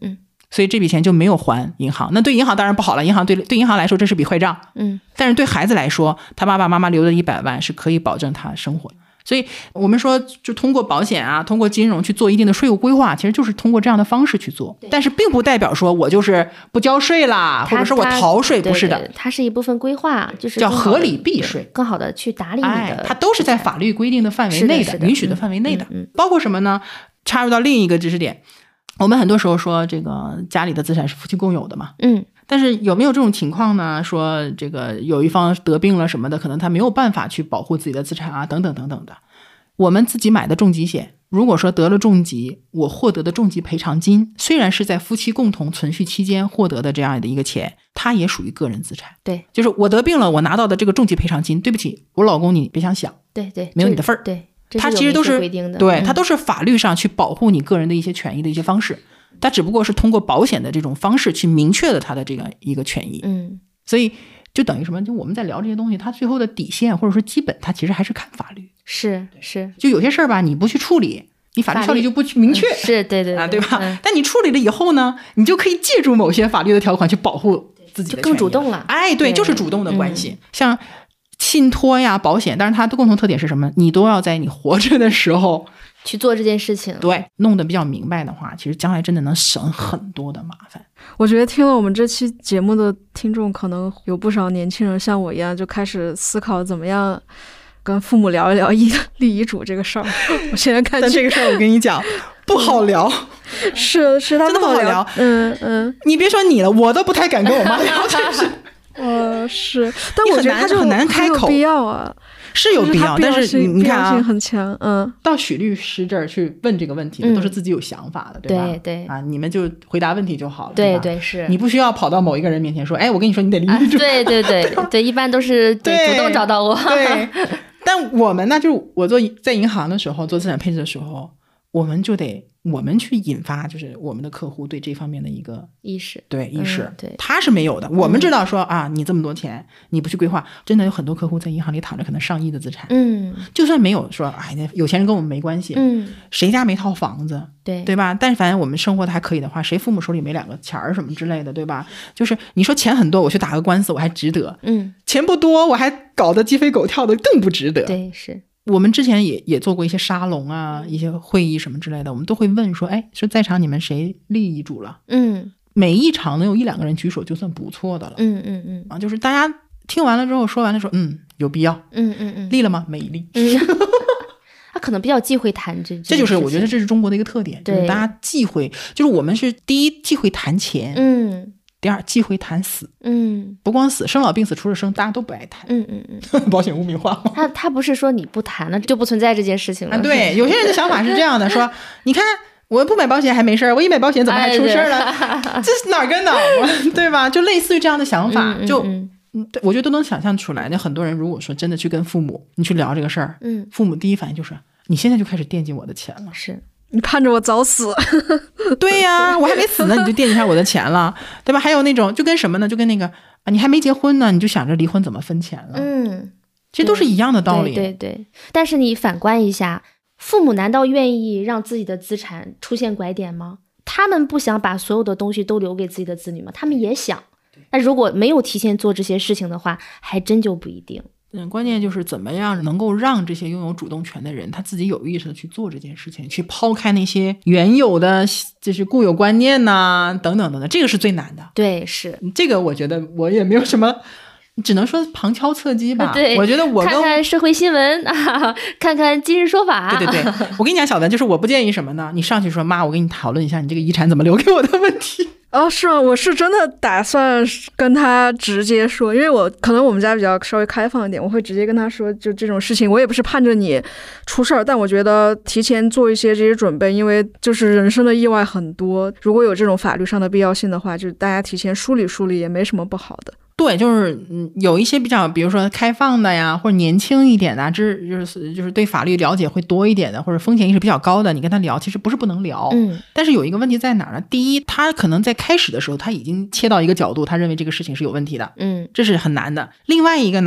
所以这笔钱就没有还银行。那对银行当然不好了，对银行来说这是笔坏账。但是对孩子来说，他爸爸妈妈留的100万是可以保证他生活的。所以我们说就通过保险啊，通过金融去做一定的税务规划，其实就是通过这样的方式去做。但是并不代表说我就是不交税啦，或者是我逃税，不是的。 对，它是一部分规划，就是叫合理避税， 更好的去打理你的。 它都是在法律规定的范围内的，允许的范围内的。包括什么呢？插入到另一个知识点，我们很多时候说这个家里的资产是夫妻共有的嘛。但是有没有这种情况呢？说这个有一方得病了什么的，可能他没有办法去保护自己的资产啊，等等等等的。我们自己买的重疾险，如果说得了重疾，我获得的重疾赔偿金，虽然是在夫妻共同存续期间获得的这样的一个钱，它也属于个人资产。 对， 就是我得病了，我拿到的这个重疾赔偿金，对不起，我老公你别想想， 对， 没有你的份儿。 对， 它其实都是规定的， 对，它都是法律上去保护你个人的一些权益的一些方式。它只不过是通过保险的这种方式去明确了它的这个一个权益。所以就等于什么？就我们在聊这些东西，它最后的底线或者说基本，它其实还是看法律。 是， 就有些事儿吧，你不去处理，你法律效力就不去明确。 是，对对吧？但你处理了以后呢，你就可以借助某些法律的条款去保护自己的权益， 就更主动了。 对，就是主动的关系。像信托呀、保险，但是它的共同特点是什么？你都要在你活着的时候去做这件事情。 对，弄得比较明白的话，其实将来真的能省很多的麻烦。 我觉得听了我们这期节目的听众，可能有不少年轻人像我一样，就开始思考怎么样跟父母聊一聊立遗嘱这个事儿。我现在看， 但这个事儿我跟你讲不好聊， 是他真的不好聊。你别说你了，我都不太敢跟我妈聊这事。 是，但我觉得他就很难开口， 有必要啊， 是有必要，但是你看啊， 必要性很强。 到许律师这儿去问这个问题的，都是自己有想法的，对吧？ 对啊，你们就回答问题就好了。 对，是你不需要跑到某一个人面前说，哎，我跟你说，你得立遗嘱。 对，一般都是主动找到我。 对，但我们呢，就是我在银行的时候做资产配置的时候，我们去引发，就是我们的客户对这方面的一个意识， 对意识， 对， 他是没有的。我们知道说啊，你这么多钱，你不去规划，真的有很多客户在银行里躺着可能上亿的资产。就算没有说，哎，有钱人跟我们没关系。谁家没套房子，对吧？但是反正我们生活的还可以的话，谁父母手里没2个钱儿什么之类的，对吧？就是你说钱很多，我去打个官司，我还值得。钱不多，我还搞得鸡飞狗跳的，更不值得。 对，是。 我们之前也做过一些沙龙啊，一些会议什么之类的，我们都会问说，哎，说在场你们谁立遗嘱了？每一场能有1-2个人举手就算不错的了。就是大家听完了之后说完了说，有必要。立了吗？没立。 他可能比较忌讳谈这就是我觉得这是中国的一个特点，就是大家忌忌讳，就是我们是第一忌讳谈钱。第二，忌讳谈死。不光死，生老病死除了生，大家都不爱谈。保险污名化。 他不是说你不谈了就不存在这件事情了。 对，有些人的想法是这样的，说你看我不买保险还没事儿，我一买保险怎么还出事儿了？这是哪儿跟哪儿，对吧？就类似于这样的想法，我觉得都能想象出来。那很多人如果说真的去跟父母你去聊这个事儿，父母第一反应就是你现在就开始惦记我的钱了。 是。 你盼着我早死。 对呀，我还没死呢，你就惦记一下我的钱了，对吧？还有那种就跟什么呢？就跟那个你还没结婚呢，你就想着离婚怎么分钱了。其实都是一样的道理。 对。但是你反观一下，父母难道愿意让自己的资产出现拐点吗？他们不想把所有的东西都留给自己的子女吗？他们也想。但如果没有提前做这些事情的话，还真就不一定。 关键就是怎么样能够让这些拥有主动权的人他自己有意识的去做这件事情，去抛开那些原有的就是固有观念呐，等等等等，这个是最难的。 对，是这个我觉得我也没有什么，只能说旁敲侧击吧。 对， 我觉得我看看社会新闻看看今日说法。 对，我跟你讲小文，就是我不建议什么呢，你上去说妈我跟你讨论一下你这个遗产怎么留给我的问题。 是吗？我是真的打算跟他直接说，因为可能我们家比较稍微开放一点，我会直接跟他说，就这种事情我也不是盼着你出事儿，但我觉得提前做一些这些准备，因为就是人生的意外很多，如果有这种法律上的必要性的话，就大家提前梳理梳理也没什么不好的。 对，就是有一些比较比如说开放的呀，或者年轻一点的，就是对法律了解会多一点的，或者风险意识比较高的，你跟他聊其实不是不能聊。但是有一个问题在哪儿呢？第一，他可能在开始的时候他已经切到一个角度，他认为这个事情是有问题的。这是很难的。另外一个呢，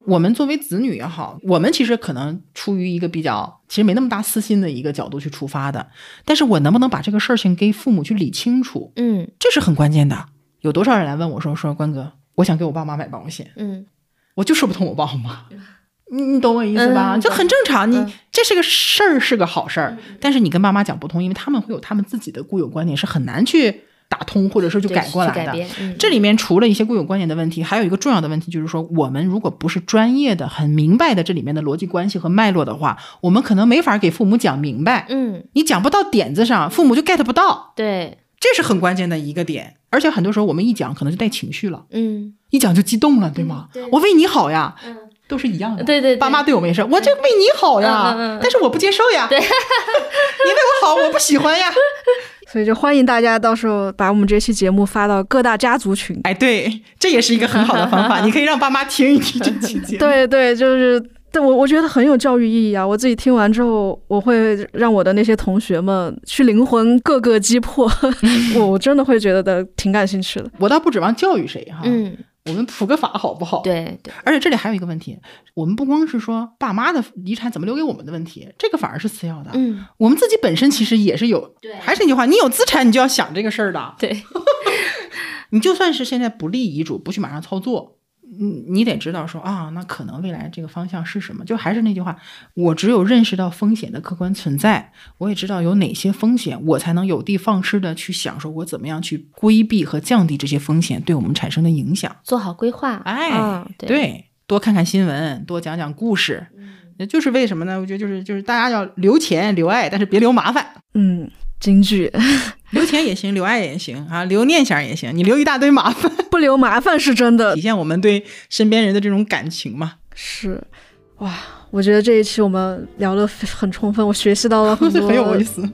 我们作为子女也好，我们其实可能出于一个比较其实没那么大私心的一个角度去出发的，但是我能不能把这个事儿先给父母去理清楚，这是很关键的。有多少人来问我说关哥，我想给我爸妈买保险，我就说不通我爸我妈，你懂我意思吧？就很正常，你这是个事儿，是个好事儿，但是你跟爸妈讲不通，因为他们会有他们自己的固有观念，是很难去打通或者说就改过来的。这里面除了一些固有观念的问题，还有一个重要的问题，就是说我们如果不是专业的很明白的这里面的逻辑关系和脉络的话，我们可能没法给父母讲明白，你讲不到点子上，父母就 get 不到。 对， 这是很关键的一个点。而且很多时候我们一讲可能就带情绪了，一讲就激动了，对吗？我为你好呀，都是一样的。 对， 爸妈对我们也是，我这为你好呀，但是我不接受呀，对，你为我好我不喜欢呀。 所以就欢迎大家到时候把我们这期节目发到各大家族群。 哎，对，这也是一个很好的方法，你可以让爸妈听一听这期节目。 对，就是我觉得很有教育意义啊！我自己听完之后，我会让我的那些同学们去灵魂各个击破，我真的会觉得挺感兴趣的。 我倒不指望教育谁哈，我们普个法好不好？ 对， 而且这里还有一个问题，我们不光是说爸妈的遗产怎么留给我们的问题，这个反而是次要的。我们自己本身其实也是有，还是那句话，你有资产你就要想这个事儿的。 对， 你就算是现在不立遗嘱，不去马上操作，你得知道说啊，那可能未来这个方向是什么。就还是那句话，我只有认识到风险的客观存在，我也知道有哪些风险，我才能有的放矢的去想说我怎么样去规避和降低这些风险对我们产生的影响， 做好规划。 对，多看看新闻，多讲讲故事。就是为什么呢？我觉得就是大家要留钱留爱，但是别留麻烦。 京剧留钱也行，留爱也行啊，留念想也行，你留一大堆麻烦， 不留麻烦是真的， 体现我们对身边人的这种感情嘛。 是，哇，我觉得这一期我们聊得很充分，我学习到了很多， 很有意思。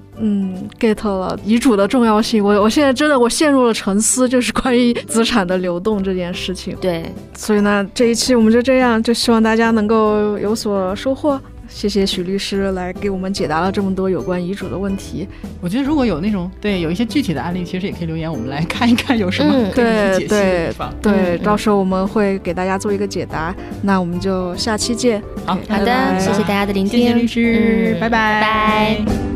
get 了遗嘱的重要性。我现在真的陷入了沉思，就是关于资产的流动这件事情。 对， 所以呢，这一期我们就这样，就希望大家能够有所收获。谢谢许律师来给我们解答了这么多有关遗嘱的问题。 我觉得如果有那种有一些具体的案例，其实也可以留言，我们来看一看有什么可以解析的地方。 对，到时候我们会给大家做一个解答。那我们就下期见。 好的，谢谢大家的聆听， 谢谢律师，拜拜。